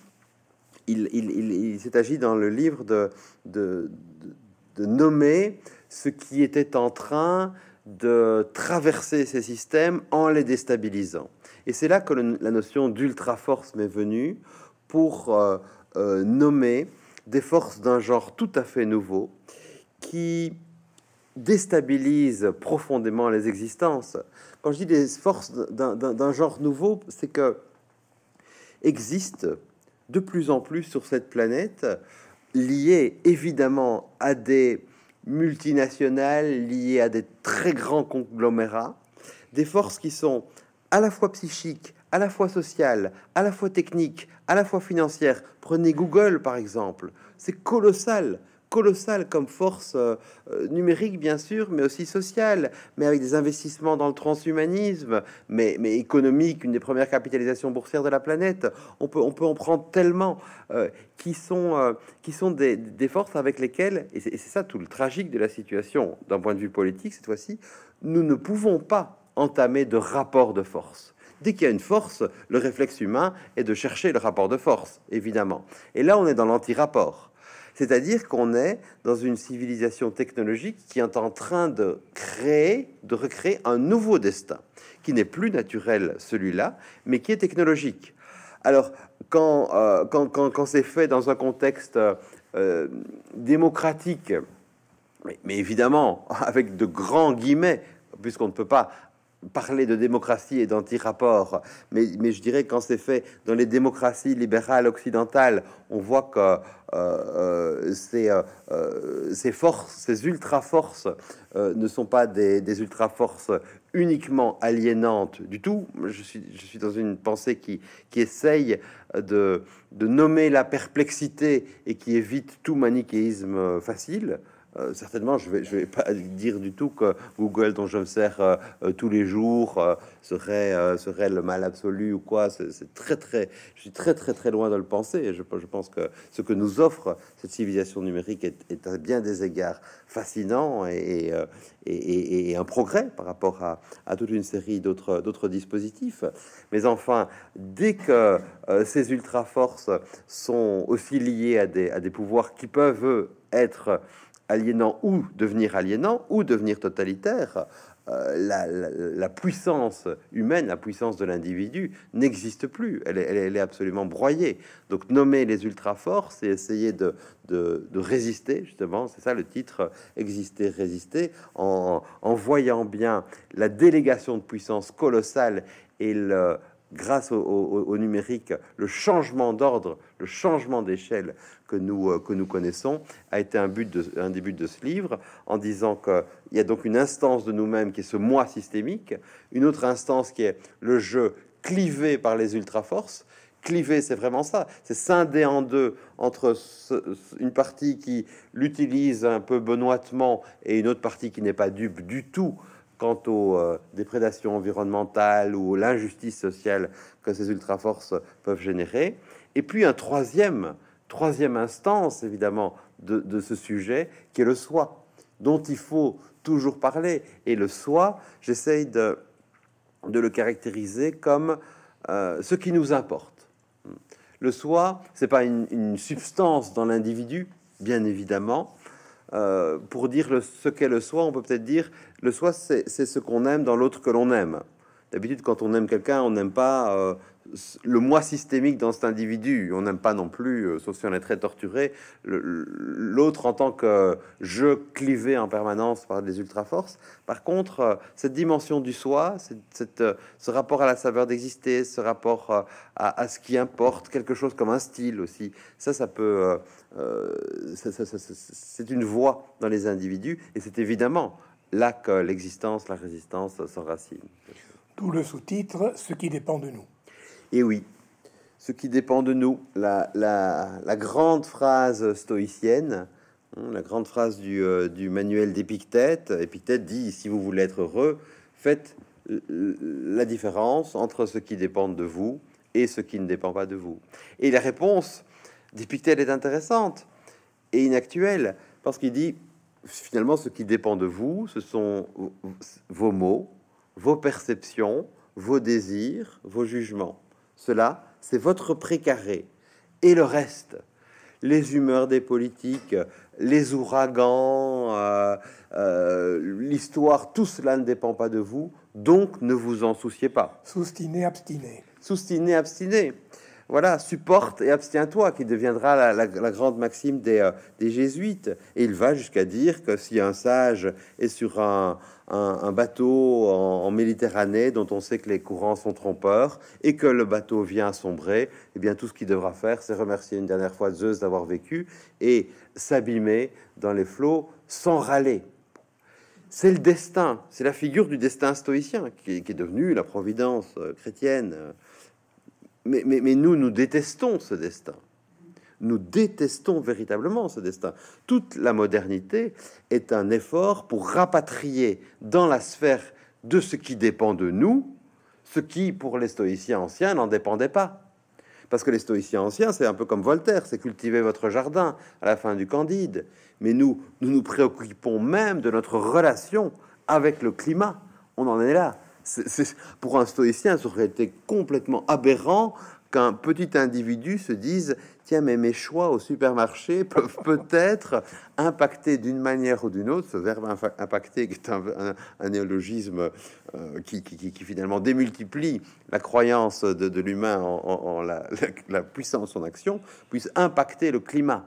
Speaker 2: il s'est agi dans le livre de nommer ce qui était en train de traverser ces systèmes en les déstabilisant. Et c'est là que la notion d'ultra-force m'est venue, pour nommer des forces d'un genre tout à fait nouveau qui déstabilisent profondément les existences. Quand je dis des forces d'un genre nouveau, c'est que existent de plus en plus sur cette planète, liées évidemment à des multinationales, liées à des très grands conglomérats, des forces qui sont à la fois psychiques, à la fois sociales, à la fois techniques, à la fois financières. Prenez Google par exemple, c'est colossal comme force numérique bien sûr, mais aussi sociale, mais avec des investissements dans le transhumanisme, mais économique, une des premières capitalisations boursières de la planète. On peut en prendre tellement qui sont des forces avec lesquelles, et c'est ça tout le tragique de la situation d'un point de vue politique cette fois-ci, nous ne pouvons pas entamer de rapport de force. Dès qu'il y a une force, le réflexe humain est de chercher le rapport de force, évidemment. Et là, on est dans l'anti-rapport. C'est-à-dire qu'on est dans une civilisation technologique qui est en train de recréer un nouveau destin, qui n'est plus naturel, celui-là, mais qui est technologique. Alors, quand c'est fait dans un contexte démocratique, mais évidemment, avec de grands guillemets, puisqu'on ne peut pas parler de démocratie et d'anti-rapport, mais je dirais que quand c'est fait dans les démocraties libérales occidentales, on voit que ces forces, ces ultra-forces ne sont pas des ultra-forces uniquement aliénantes du tout. Je suis dans une pensée qui essaye de nommer la perplexité et qui évite tout manichéisme facile. Certainement, je vais pas dire du tout que Google, dont je me sers tous les jours, serait le mal absolu ou quoi. Je suis très loin de le penser. Je pense que ce que nous offre cette civilisation numérique est à bien des égards fascinant et un progrès par rapport à toute une série d'autres dispositifs. Mais enfin, dès que ces ultra forces sont aussi liées à des pouvoirs qui peuvent être aliénant ou devenir totalitaire, la puissance humaine, la puissance de l'individu n'existe plus. Elle est absolument broyée. Donc nommer les ultra-forces et essayer de résister, justement, c'est ça le titre, exister, résister, en voyant bien la délégation de puissance colossale et grâce au numérique, le changement d'ordre, le changement d'échelle que nous connaissons, a été un des buts de ce livre, en disant qu'il y a donc une instance de nous-mêmes qui est ce moi systémique, une autre instance qui est le jeu clivé par les ultra-forces. Clivé, c'est vraiment ça, c'est scindé en deux entre une partie qui l'utilise un peu benoîtement et une autre partie qui n'est pas dupe du tout quant aux déprédations environnementales ou l'injustice sociale que ces ultra-forces peuvent générer. Et puis un troisième instance, évidemment, de ce sujet, qui est le soi, dont il faut toujours parler. Et le soi, j'essaye de le caractériser comme ce qui nous importe. Le soi, c'est pas une substance dans l'individu, bien évidemment. Pour dire ce qu'est le soi, on peut peut-être dire le soi, c'est ce qu'on aime dans l'autre que l'on aime. D'habitude, quand on aime quelqu'un, on n'aime pas le moi systémique dans cet individu. On n'aime pas non plus, sauf si on est très torturé, l'autre en tant que je clivé en permanence par des ultra-forces. Par contre, cette dimension du soi, ce rapport à la saveur d'exister, ce rapport à ce qui importe, quelque chose comme un style aussi, ça peut... c'est une voie dans les individus, et c'est évidemment là que l'existence, la résistance s'enracine.
Speaker 1: D'où le sous-titre « Ce qui dépend de nous ».
Speaker 2: Et oui, ce qui dépend de nous, la grande phrase stoïcienne, la grande phrase du manuel d'Épictète. Épictète dit, si vous voulez être heureux, faites la différence entre ce qui dépend de vous et ce qui ne dépend pas de vous. Et la réponse d'Épictète est intéressante et inactuelle, parce qu'il dit, finalement, ce qui dépend de vous, ce sont vos mots, vos perceptions, vos désirs, vos jugements. Cela, c'est votre précaré. Et le reste, les humeurs des politiques, les ouragans, l'histoire, tout cela ne dépend pas de vous, donc ne vous en souciez pas.
Speaker 1: Soustiner, abstiner.
Speaker 2: Soustiner, abstiner. Voilà, supporte et abstiens-toi, qui deviendra la grande maxime des jésuites. Et il va jusqu'à dire que si un sage est sur un bateau en Méditerranée, dont on sait que les courants sont trompeurs, et que le bateau vient à sombrer, eh bien tout ce qu'il devra faire, c'est remercier une dernière fois Zeus d'avoir vécu et s'abîmer dans les flots sans râler. C'est le destin, c'est la figure du destin stoïcien qui est devenue la providence chrétienne. Mais nous détestons ce destin. Nous détestons véritablement ce destin. Toute la modernité est un effort pour rapatrier dans la sphère de ce qui dépend de nous, ce qui, pour les stoïciens anciens, n'en dépendait pas. Parce que les stoïciens anciens, c'est un peu comme Voltaire, c'est cultiver votre jardin à la fin du Candide. Mais nous nous préoccupons même de notre relation avec le climat. On en est là. Pour un stoïcien, ça aurait été complètement aberrant qu'un petit individu se dise « Tiens, mais mes choix au supermarché peuvent peut-être impacter d'une manière ou d'une autre », ce verbe « impacter » qui est un néologisme qui finalement démultiplie la croyance de l'humain en la puissance de son action, puisse impacter le climat.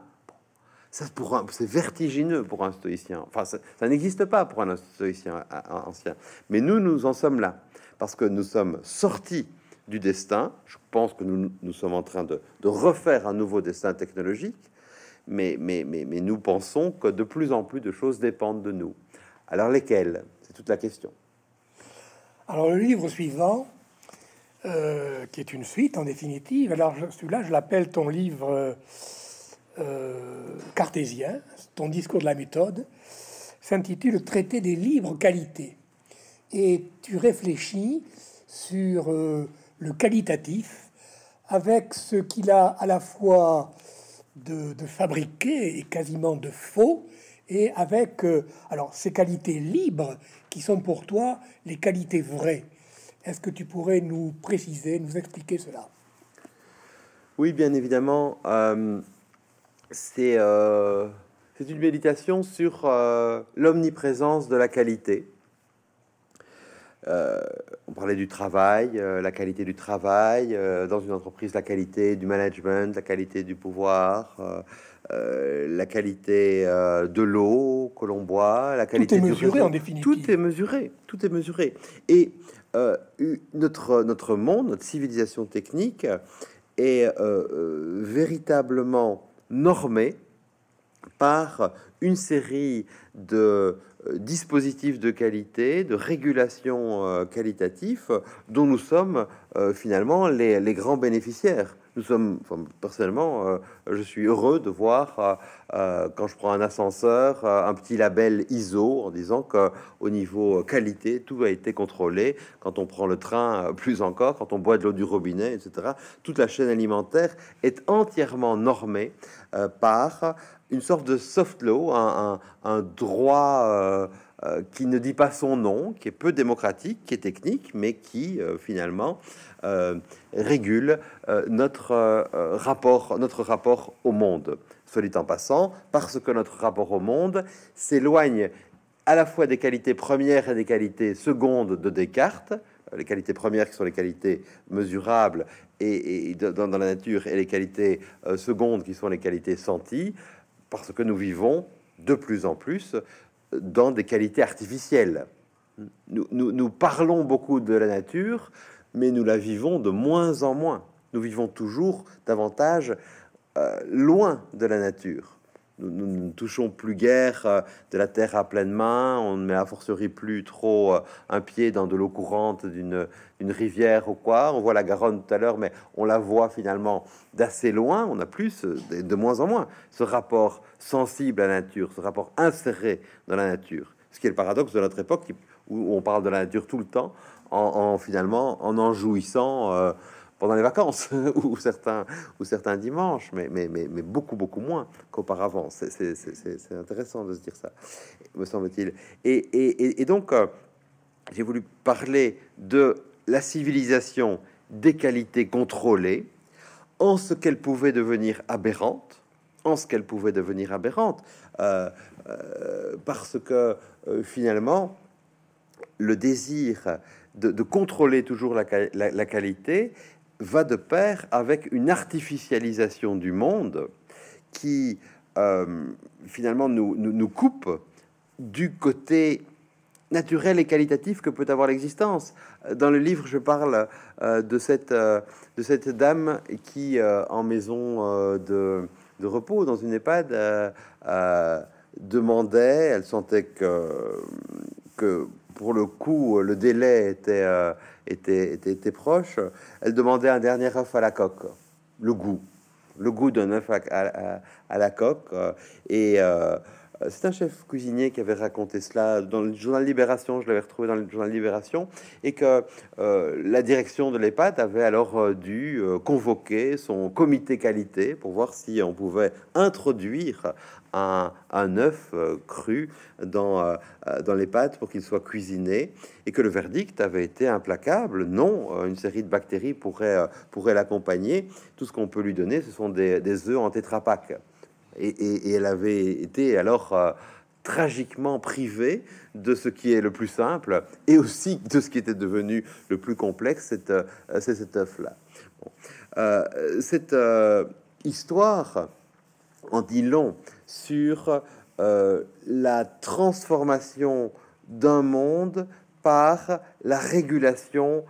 Speaker 2: C'est vertigineux pour un stoïcien. Enfin, ça n'existe pas pour un stoïcien ancien. Mais nous en sommes là, parce que nous sommes sortis du destin. Je pense que nous sommes en train de refaire un nouveau destin technologique, mais nous pensons que de plus en plus de choses dépendent de nous. Alors lesquelles? C'est toute la question.
Speaker 1: Alors le livre suivant, qui est une suite en définitive, alors celui-là, je l'appelle ton livre... cartésien, ton discours de la méthode, s'intitule Traité des libres qualités. Et tu réfléchis sur le qualitatif avec ce qu'il a à la fois de fabriqué et quasiment de faux, et avec alors ces qualités libres qui sont pour toi les qualités vraies. Est-ce que tu pourrais nous préciser, nous expliquer cela?
Speaker 2: Oui, bien évidemment. C'est une méditation sur l'omniprésence de la qualité. On parlait du travail, la qualité du travail, dans une entreprise, la qualité du management, la qualité du pouvoir, la qualité de l'eau que l'on boit, la qualité
Speaker 1: tout est
Speaker 2: du
Speaker 1: mesuré
Speaker 2: réseau.
Speaker 1: en définitive.
Speaker 2: Tout est mesuré. Et notre monde, notre civilisation technique est véritablement normé par une série de dispositifs de qualité, de régulation qualitatif dont nous sommes finalement les grands bénéficiaires. Nous sommes, enfin, personnellement, je suis heureux de voir quand je prends un ascenseur, un petit label ISO en disant que au niveau qualité, tout a été contrôlé. Quand on prend le train, plus encore, quand on boit de l'eau du robinet, etc. Toute la chaîne alimentaire est entièrement normée par une sorte de soft law, un droit qui ne dit pas son nom, qui est peu démocratique, qui est technique, mais qui finalement régule notre rapport au monde. Soit dit en passant, parce que notre rapport au monde s'éloigne à la fois des qualités premières et des qualités secondes de Descartes, les qualités premières qui sont les qualités mesurables et dans la nature, et les qualités secondes qui sont les qualités senties, parce que nous vivons de plus en plus dans des qualités artificielles. Nous parlons beaucoup de la nature, mais nous la vivons de moins en moins. Nous vivons toujours davantage loin de la nature. Nous ne touchons plus guère de la terre à pleine main, on ne met a fortiori plus trop un pied dans de l'eau courante d'une rivière ou quoi. On voit la Garonne tout à l'heure, mais on la voit finalement d'assez loin. On a plus, de moins en moins, ce rapport sensible à la nature, ce rapport inséré dans la nature. Ce qui est le paradoxe de notre époque, où on parle de la nature tout le temps, finalement en jouissant pendant les vacances ou certains dimanches, mais beaucoup moins qu'auparavant. C'est intéressant de se dire ça, me semble-t-il. Et donc, j'ai voulu parler de la civilisation des qualités contrôlées, en ce qu'elle pouvait devenir aberrante, parce que finalement, le désir de contrôler toujours la qualité va de pair avec une artificialisation du monde qui finalement nous coupe du côté naturel et qualitatif que peut avoir l'existence. Dans le livre, je parle de cette dame qui, en maison de repos, dans une EHPAD, demandait, elle sentait que pour le coup, le délai était proche. Elle demandait un dernier œuf à la coque, le goût d'un œuf à la coque. Et c'est un chef cuisinier qui avait raconté cela dans le journal Libération. Je l'avais retrouvé dans le journal Libération, et que la direction de l'EHPAD avait alors dû convoquer son comité qualité pour voir si on pouvait introduire un œuf cru dans les pâtes pour qu'il soit cuisiné, et que le verdict avait été implacable. Non, une série de bactéries pourrait l'accompagner. Tout ce qu'on peut lui donner, ce sont des œufs en Tetra Pak. Et elle avait été alors tragiquement privée de ce qui est le plus simple, et aussi de ce qui était devenu le plus complexe, c'est cet œuf-là. Bon. Cette histoire en dit long sur la transformation d'un monde par la régulation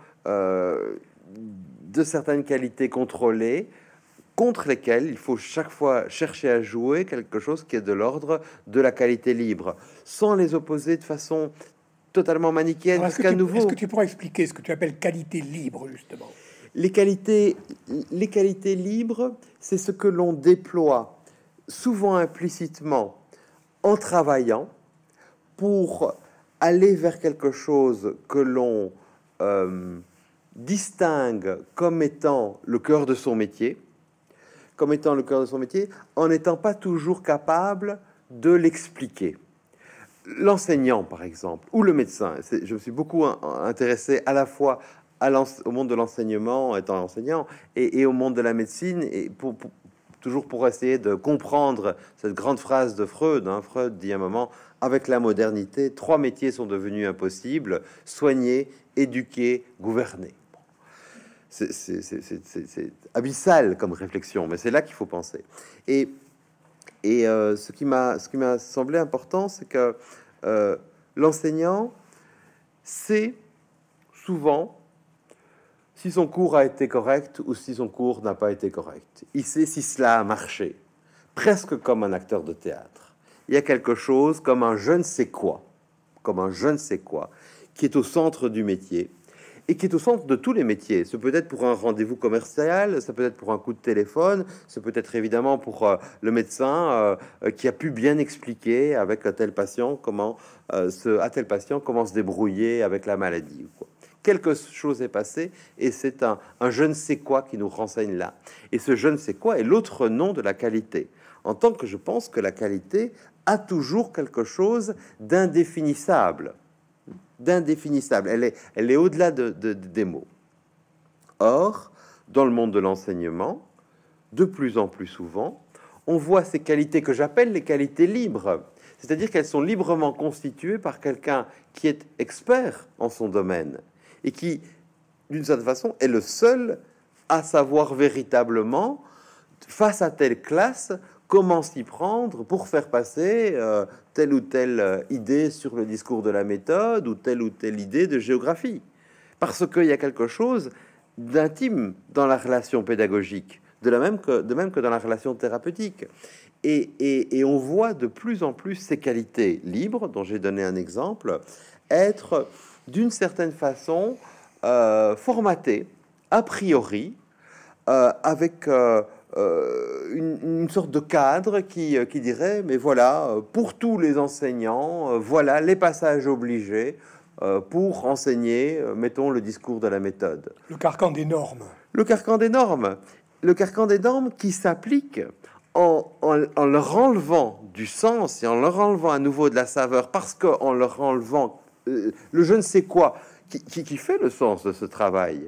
Speaker 2: de certaines qualités contrôlées, contre lesquelles il faut chaque fois chercher à jouer quelque chose qui est de l'ordre de la qualité libre, sans les opposer de façon totalement manichéenne.
Speaker 1: Est-ce que tu pourrais expliquer ce que tu appelles qualité libre, justement?
Speaker 2: Les qualités libres, c'est ce que l'on déploie souvent implicitement en travaillant pour aller vers quelque chose que l'on distingue comme étant le cœur de son métier, en n'étant pas toujours capable de l'expliquer. L'enseignant, par exemple, ou le médecin. Je me suis beaucoup intéressé à la fois au monde de l'enseignement, étant enseignant, et au monde de la médecine, et toujours pour essayer de comprendre cette grande phrase de Freud. Freud dit à un moment: avec la modernité, 3 métiers sont devenus impossibles: soigner, éduquer, gouverner. C'est abyssal comme réflexion, mais c'est là qu'il faut penser. Et ce qui m'a semblé important, c'est que l'enseignant sait souvent si son cours a été correct ou si son cours n'a pas été correct. Il sait si cela a marché, presque comme un acteur de théâtre. Il y a quelque chose comme un je ne sais quoi, qui est au centre du métier, et qui est au centre de tous les métiers. Ce peut être pour un rendez-vous commercial, ça peut être pour un coup de téléphone, ça peut être évidemment pour le médecin qui a pu bien expliquer avec un tel patient à tel patient comment se débrouiller avec la maladie. Quoi. Quelque chose est passé et c'est un je ne sais quoi qui nous renseigne là. Et ce je ne sais quoi est l'autre nom de la qualité. En tant que je pense que la qualité a toujours quelque chose d'indéfinissable. D'indéfinissable. Elle est au-delà des mots. Or, dans le monde de l'enseignement, de plus en plus souvent, on voit ces qualités que j'appelle les qualités libres. C'est-à-dire qu'elles sont librement constituées par quelqu'un qui est expert en son domaine et qui, d'une certaine façon, est le seul à savoir véritablement, face à telle classe, comment s'y prendre pour faire passer telle ou telle idée sur le discours de la méthode ou telle idée de géographie. Parce qu'il y a quelque chose d'intime dans la relation pédagogique, de même que dans la relation thérapeutique. Et on voit de plus en plus ces qualités libres, dont j'ai donné un exemple, être d'une certaine façon formatées a priori avec une sorte de cadre qui dirait, mais voilà, pour tous les enseignants, voilà les passages obligés pour enseigner, mettons, le discours de la méthode.
Speaker 1: Le carcan des normes.
Speaker 2: Le carcan des normes. Le carcan des normes qui s'applique en leur enlevant du sens et en leur enlevant à nouveau de la saveur, parce qu'en leur enlevant le je ne sais quoi, qui fait le sens de ce travail,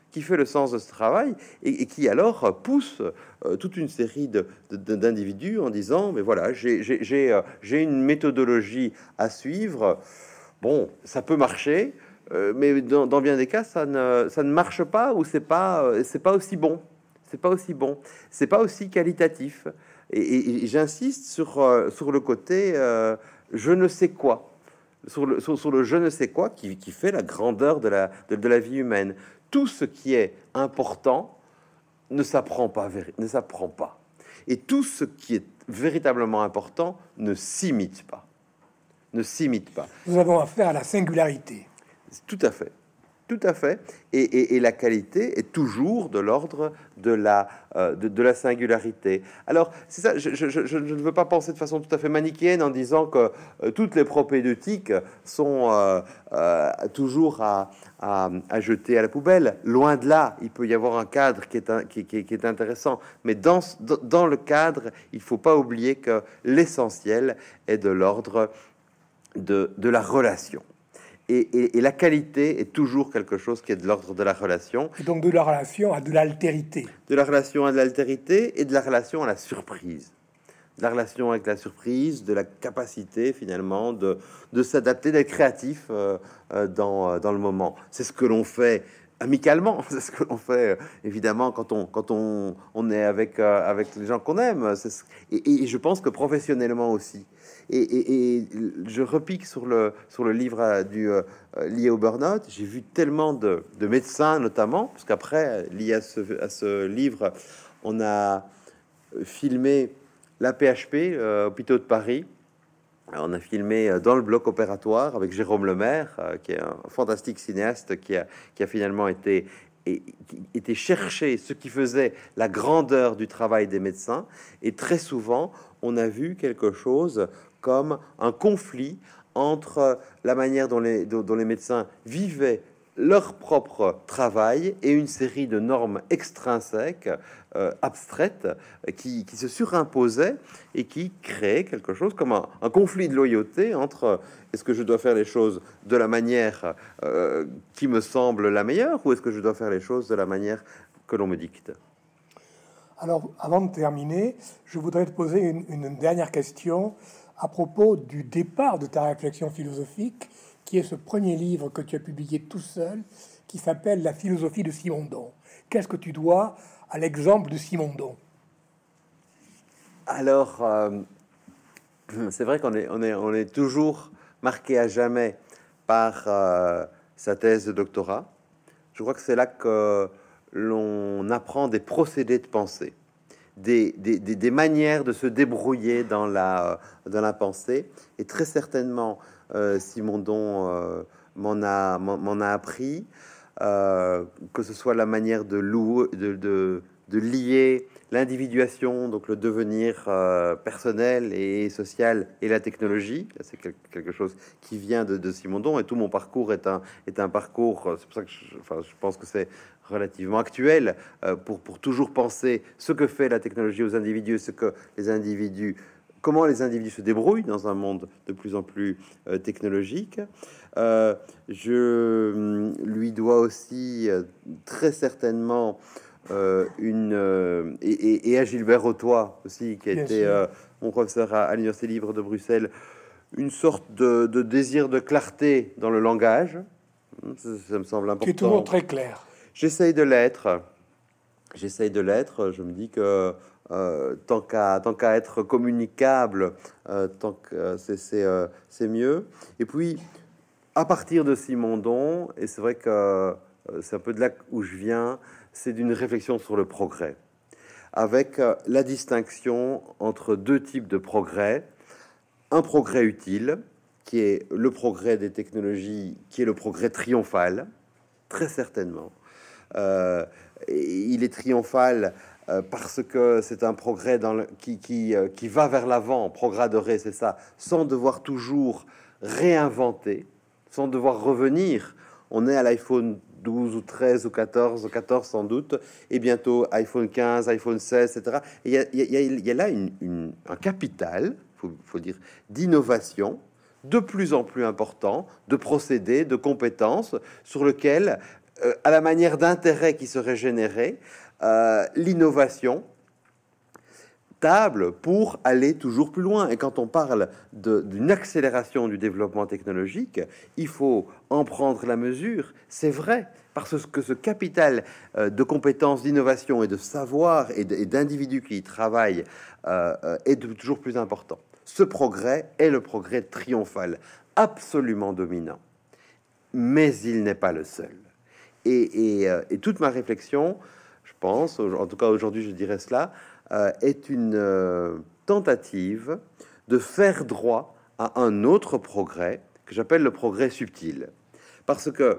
Speaker 2: et qui alors pousse toute une série d'individus en disant, mais voilà, j'ai une méthodologie à suivre. Bon, ça peut marcher, mais dans bien des cas, ça ne marche pas, ou c'est pas aussi bon. C'est pas aussi bon, c'est pas aussi qualitatif. Et j'insiste sur le côté je ne sais quoi, sur le je ne sais quoi qui fait la grandeur de la vie humaine. Tout ce qui est important ne s'apprend pas. Et tout ce qui est véritablement important ne s'imite pas.
Speaker 1: Nous avons affaire à la singularité.
Speaker 2: Tout à fait. Tout à fait. Et la qualité est toujours de l'ordre de la singularité. Alors, c'est ça, je ne veux pas penser de façon tout à fait manichéenne en disant que toutes les propédeutiques sont toujours à jeter à la poubelle. Loin de là, il peut y avoir un cadre qui est intéressant. Mais dans le cadre, il ne faut pas oublier que l'essentiel est de l'ordre de la relation. Et la qualité est toujours quelque chose qui est de l'ordre de la relation.
Speaker 1: Et donc de la relation à de l'altérité.
Speaker 2: De la relation à de l'altérité et de la relation à la surprise. De la relation avec la surprise, de la capacité finalement de s'adapter, d'être créatif dans le moment. C'est ce que l'on fait amicalement, c'est ce que l'on fait évidemment quand on est avec les gens qu'on aime. Et je pense que professionnellement aussi. Et je repique sur le livre lié au burn-out. J'ai vu tellement de médecins notamment, parce qu'après, lié à ce livre, on a filmé l'AP-HP, hôpitaux de Paris. Alors, on a filmé dans le bloc opératoire avec Jérôme Lemaire, qui est un fantastique cinéaste qui a finalement été chercher ce qui faisait la grandeur du travail des médecins. Et très souvent, on a vu quelque chose comme un conflit entre la manière dont les médecins vivaient leur propre travail et une série de normes extrinsèques, abstraites, qui se surimposaient et qui créaient quelque chose comme un conflit de loyauté entre est-ce que je dois faire les choses de la manière qui me semble la meilleure, ou est-ce que je dois faire les choses de la manière que l'on me dicte.
Speaker 1: Alors, avant de terminer, je voudrais te poser une dernière question à propos du départ de ta réflexion philosophique, qui est ce premier livre que tu as publié tout seul, qui s'appelle La philosophie de Simondon. Qu'est-ce que tu dois à l'exemple de Simondon?
Speaker 2: Alors, c'est vrai qu'on est toujours marqué à jamais par sa thèse de doctorat. Je crois que c'est là que l'on apprend des procédés de pensée, des manières de se débrouiller dans la pensée. Et très certainement, Simondon m'en a appris. que ce soit la manière de louer, de lier l'individuation, donc le devenir personnel et social, et la technologie. C'est quelque chose qui vient de Simondon, et tout mon parcours est un parcours, c'est pour ça que je pense que c'est relativement actuel, pour toujours penser ce que fait la technologie aux individus, ce que les individus, comment les individus se débrouillent dans un monde de plus en plus technologique. Je lui dois aussi très certainement et à Gilbert Autois aussi, qui a été mon professeur à l'Université libre de Bruxelles, une sorte de désir de clarté dans le langage. Ça me semble important.
Speaker 1: Qui est toujours très clair.
Speaker 2: J'essaye de l'être. Je me dis que tant qu'à être communicable, tant que c'est mieux. Et puis, à partir de Simondon, et c'est vrai que c'est un peu de là où je viens, c'est d'une réflexion sur le progrès, avec la distinction entre deux types de progrès. Un progrès utile, qui est le progrès des technologies, qui est le progrès triomphal, très certainement. Il est triomphal parce que c'est un progrès qui va vers l'avant, progrès doré, c'est ça, sans devoir toujours réinventer, sans devoir revenir. On est à l'iPhone 12 ou 13 ou 14 sans doute, et bientôt iPhone 15, iPhone 16, etc. Il y a là un capital, faut dire, d'innovation de plus en plus important, de procédés, de compétences, sur lequel, à la manière d'intérêt qui serait généré, l'innovation table pour aller toujours plus loin. Et quand on parle d'une accélération du développement technologique, il faut en prendre la mesure. C'est vrai, parce que ce capital de compétences, d'innovation et de savoir et d'individus qui y travaillent est toujours plus important. Ce progrès est le progrès triomphal, absolument dominant. Mais il n'est pas le seul. Et toute ma réflexion, je pense, en tout cas aujourd'hui je dirais cela, est une tentative de faire droit à un autre progrès que j'appelle le progrès subtil. Parce que,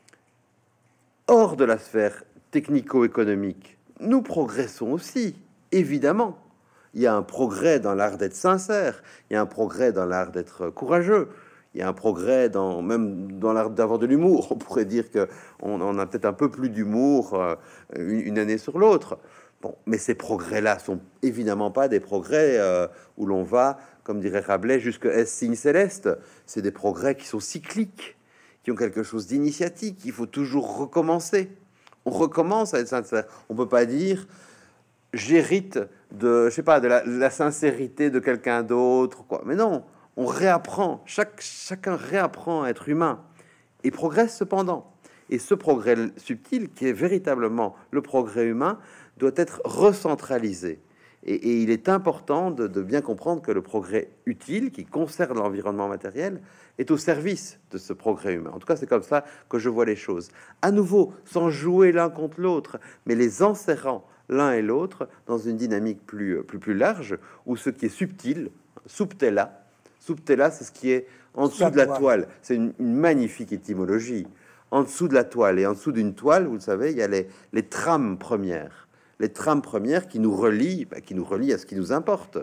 Speaker 2: hors de la sphère technico-économique, nous progressons aussi, évidemment. Il y a un progrès dans l'art d'être sincère, il y a un progrès dans l'art d'être courageux, il y a un progrès même dans l'art d'avoir de l'humour. On pourrait dire qu'on a peut-être un peu plus d'humour une année sur l'autre. Bon, mais ces progrès-là sont évidemment pas des progrès où l'on va, comme dirait Rabelais, jusqu'à S signe céleste. C'est des progrès qui sont cycliques, qui ont quelque chose d'initiatique. Il faut toujours recommencer. On recommence à être sincère. On peut pas dire j'hérite de, je sais pas, de la sincérité de quelqu'un d'autre, quoi. Mais non, on réapprend. Chacun réapprend à être humain et progresse cependant. Et ce progrès subtil, qui est véritablement le progrès humain, doit être recentralisé. Et il est important de bien comprendre que le progrès utile, qui concerne l'environnement matériel, est au service de ce progrès humain. En tout cas, c'est comme ça que je vois les choses. À nouveau, sans jouer l'un contre l'autre, mais les enserrant l'un et l'autre dans une dynamique plus large, où ce qui est subtil, subtella, c'est ce qui est en dessous de la toile. C'est une magnifique étymologie. En dessous de la toile, et en dessous d'une toile, vous le savez, il y a les trames premières. Les trames premières qui nous relient à ce qui nous importe.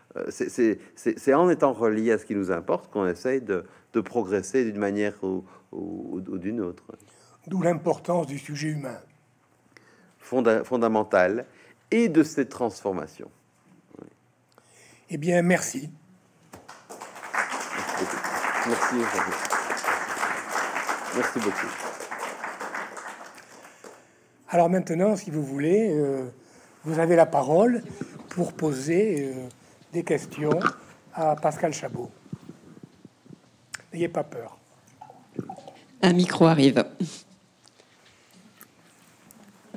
Speaker 2: C'est en étant relié à ce qui nous importe qu'on essaye de progresser d'une manière ou d'une autre.
Speaker 1: D'où l'importance du sujet humain.
Speaker 2: Fondamentale, et de cette transformation. Oui.
Speaker 1: Eh bien, merci.
Speaker 2: Merci. Merci beaucoup.
Speaker 1: Alors maintenant, si vous voulez, vous avez la parole pour poser des questions à Pascal Chabot. N'ayez pas peur.
Speaker 3: Un micro arrive.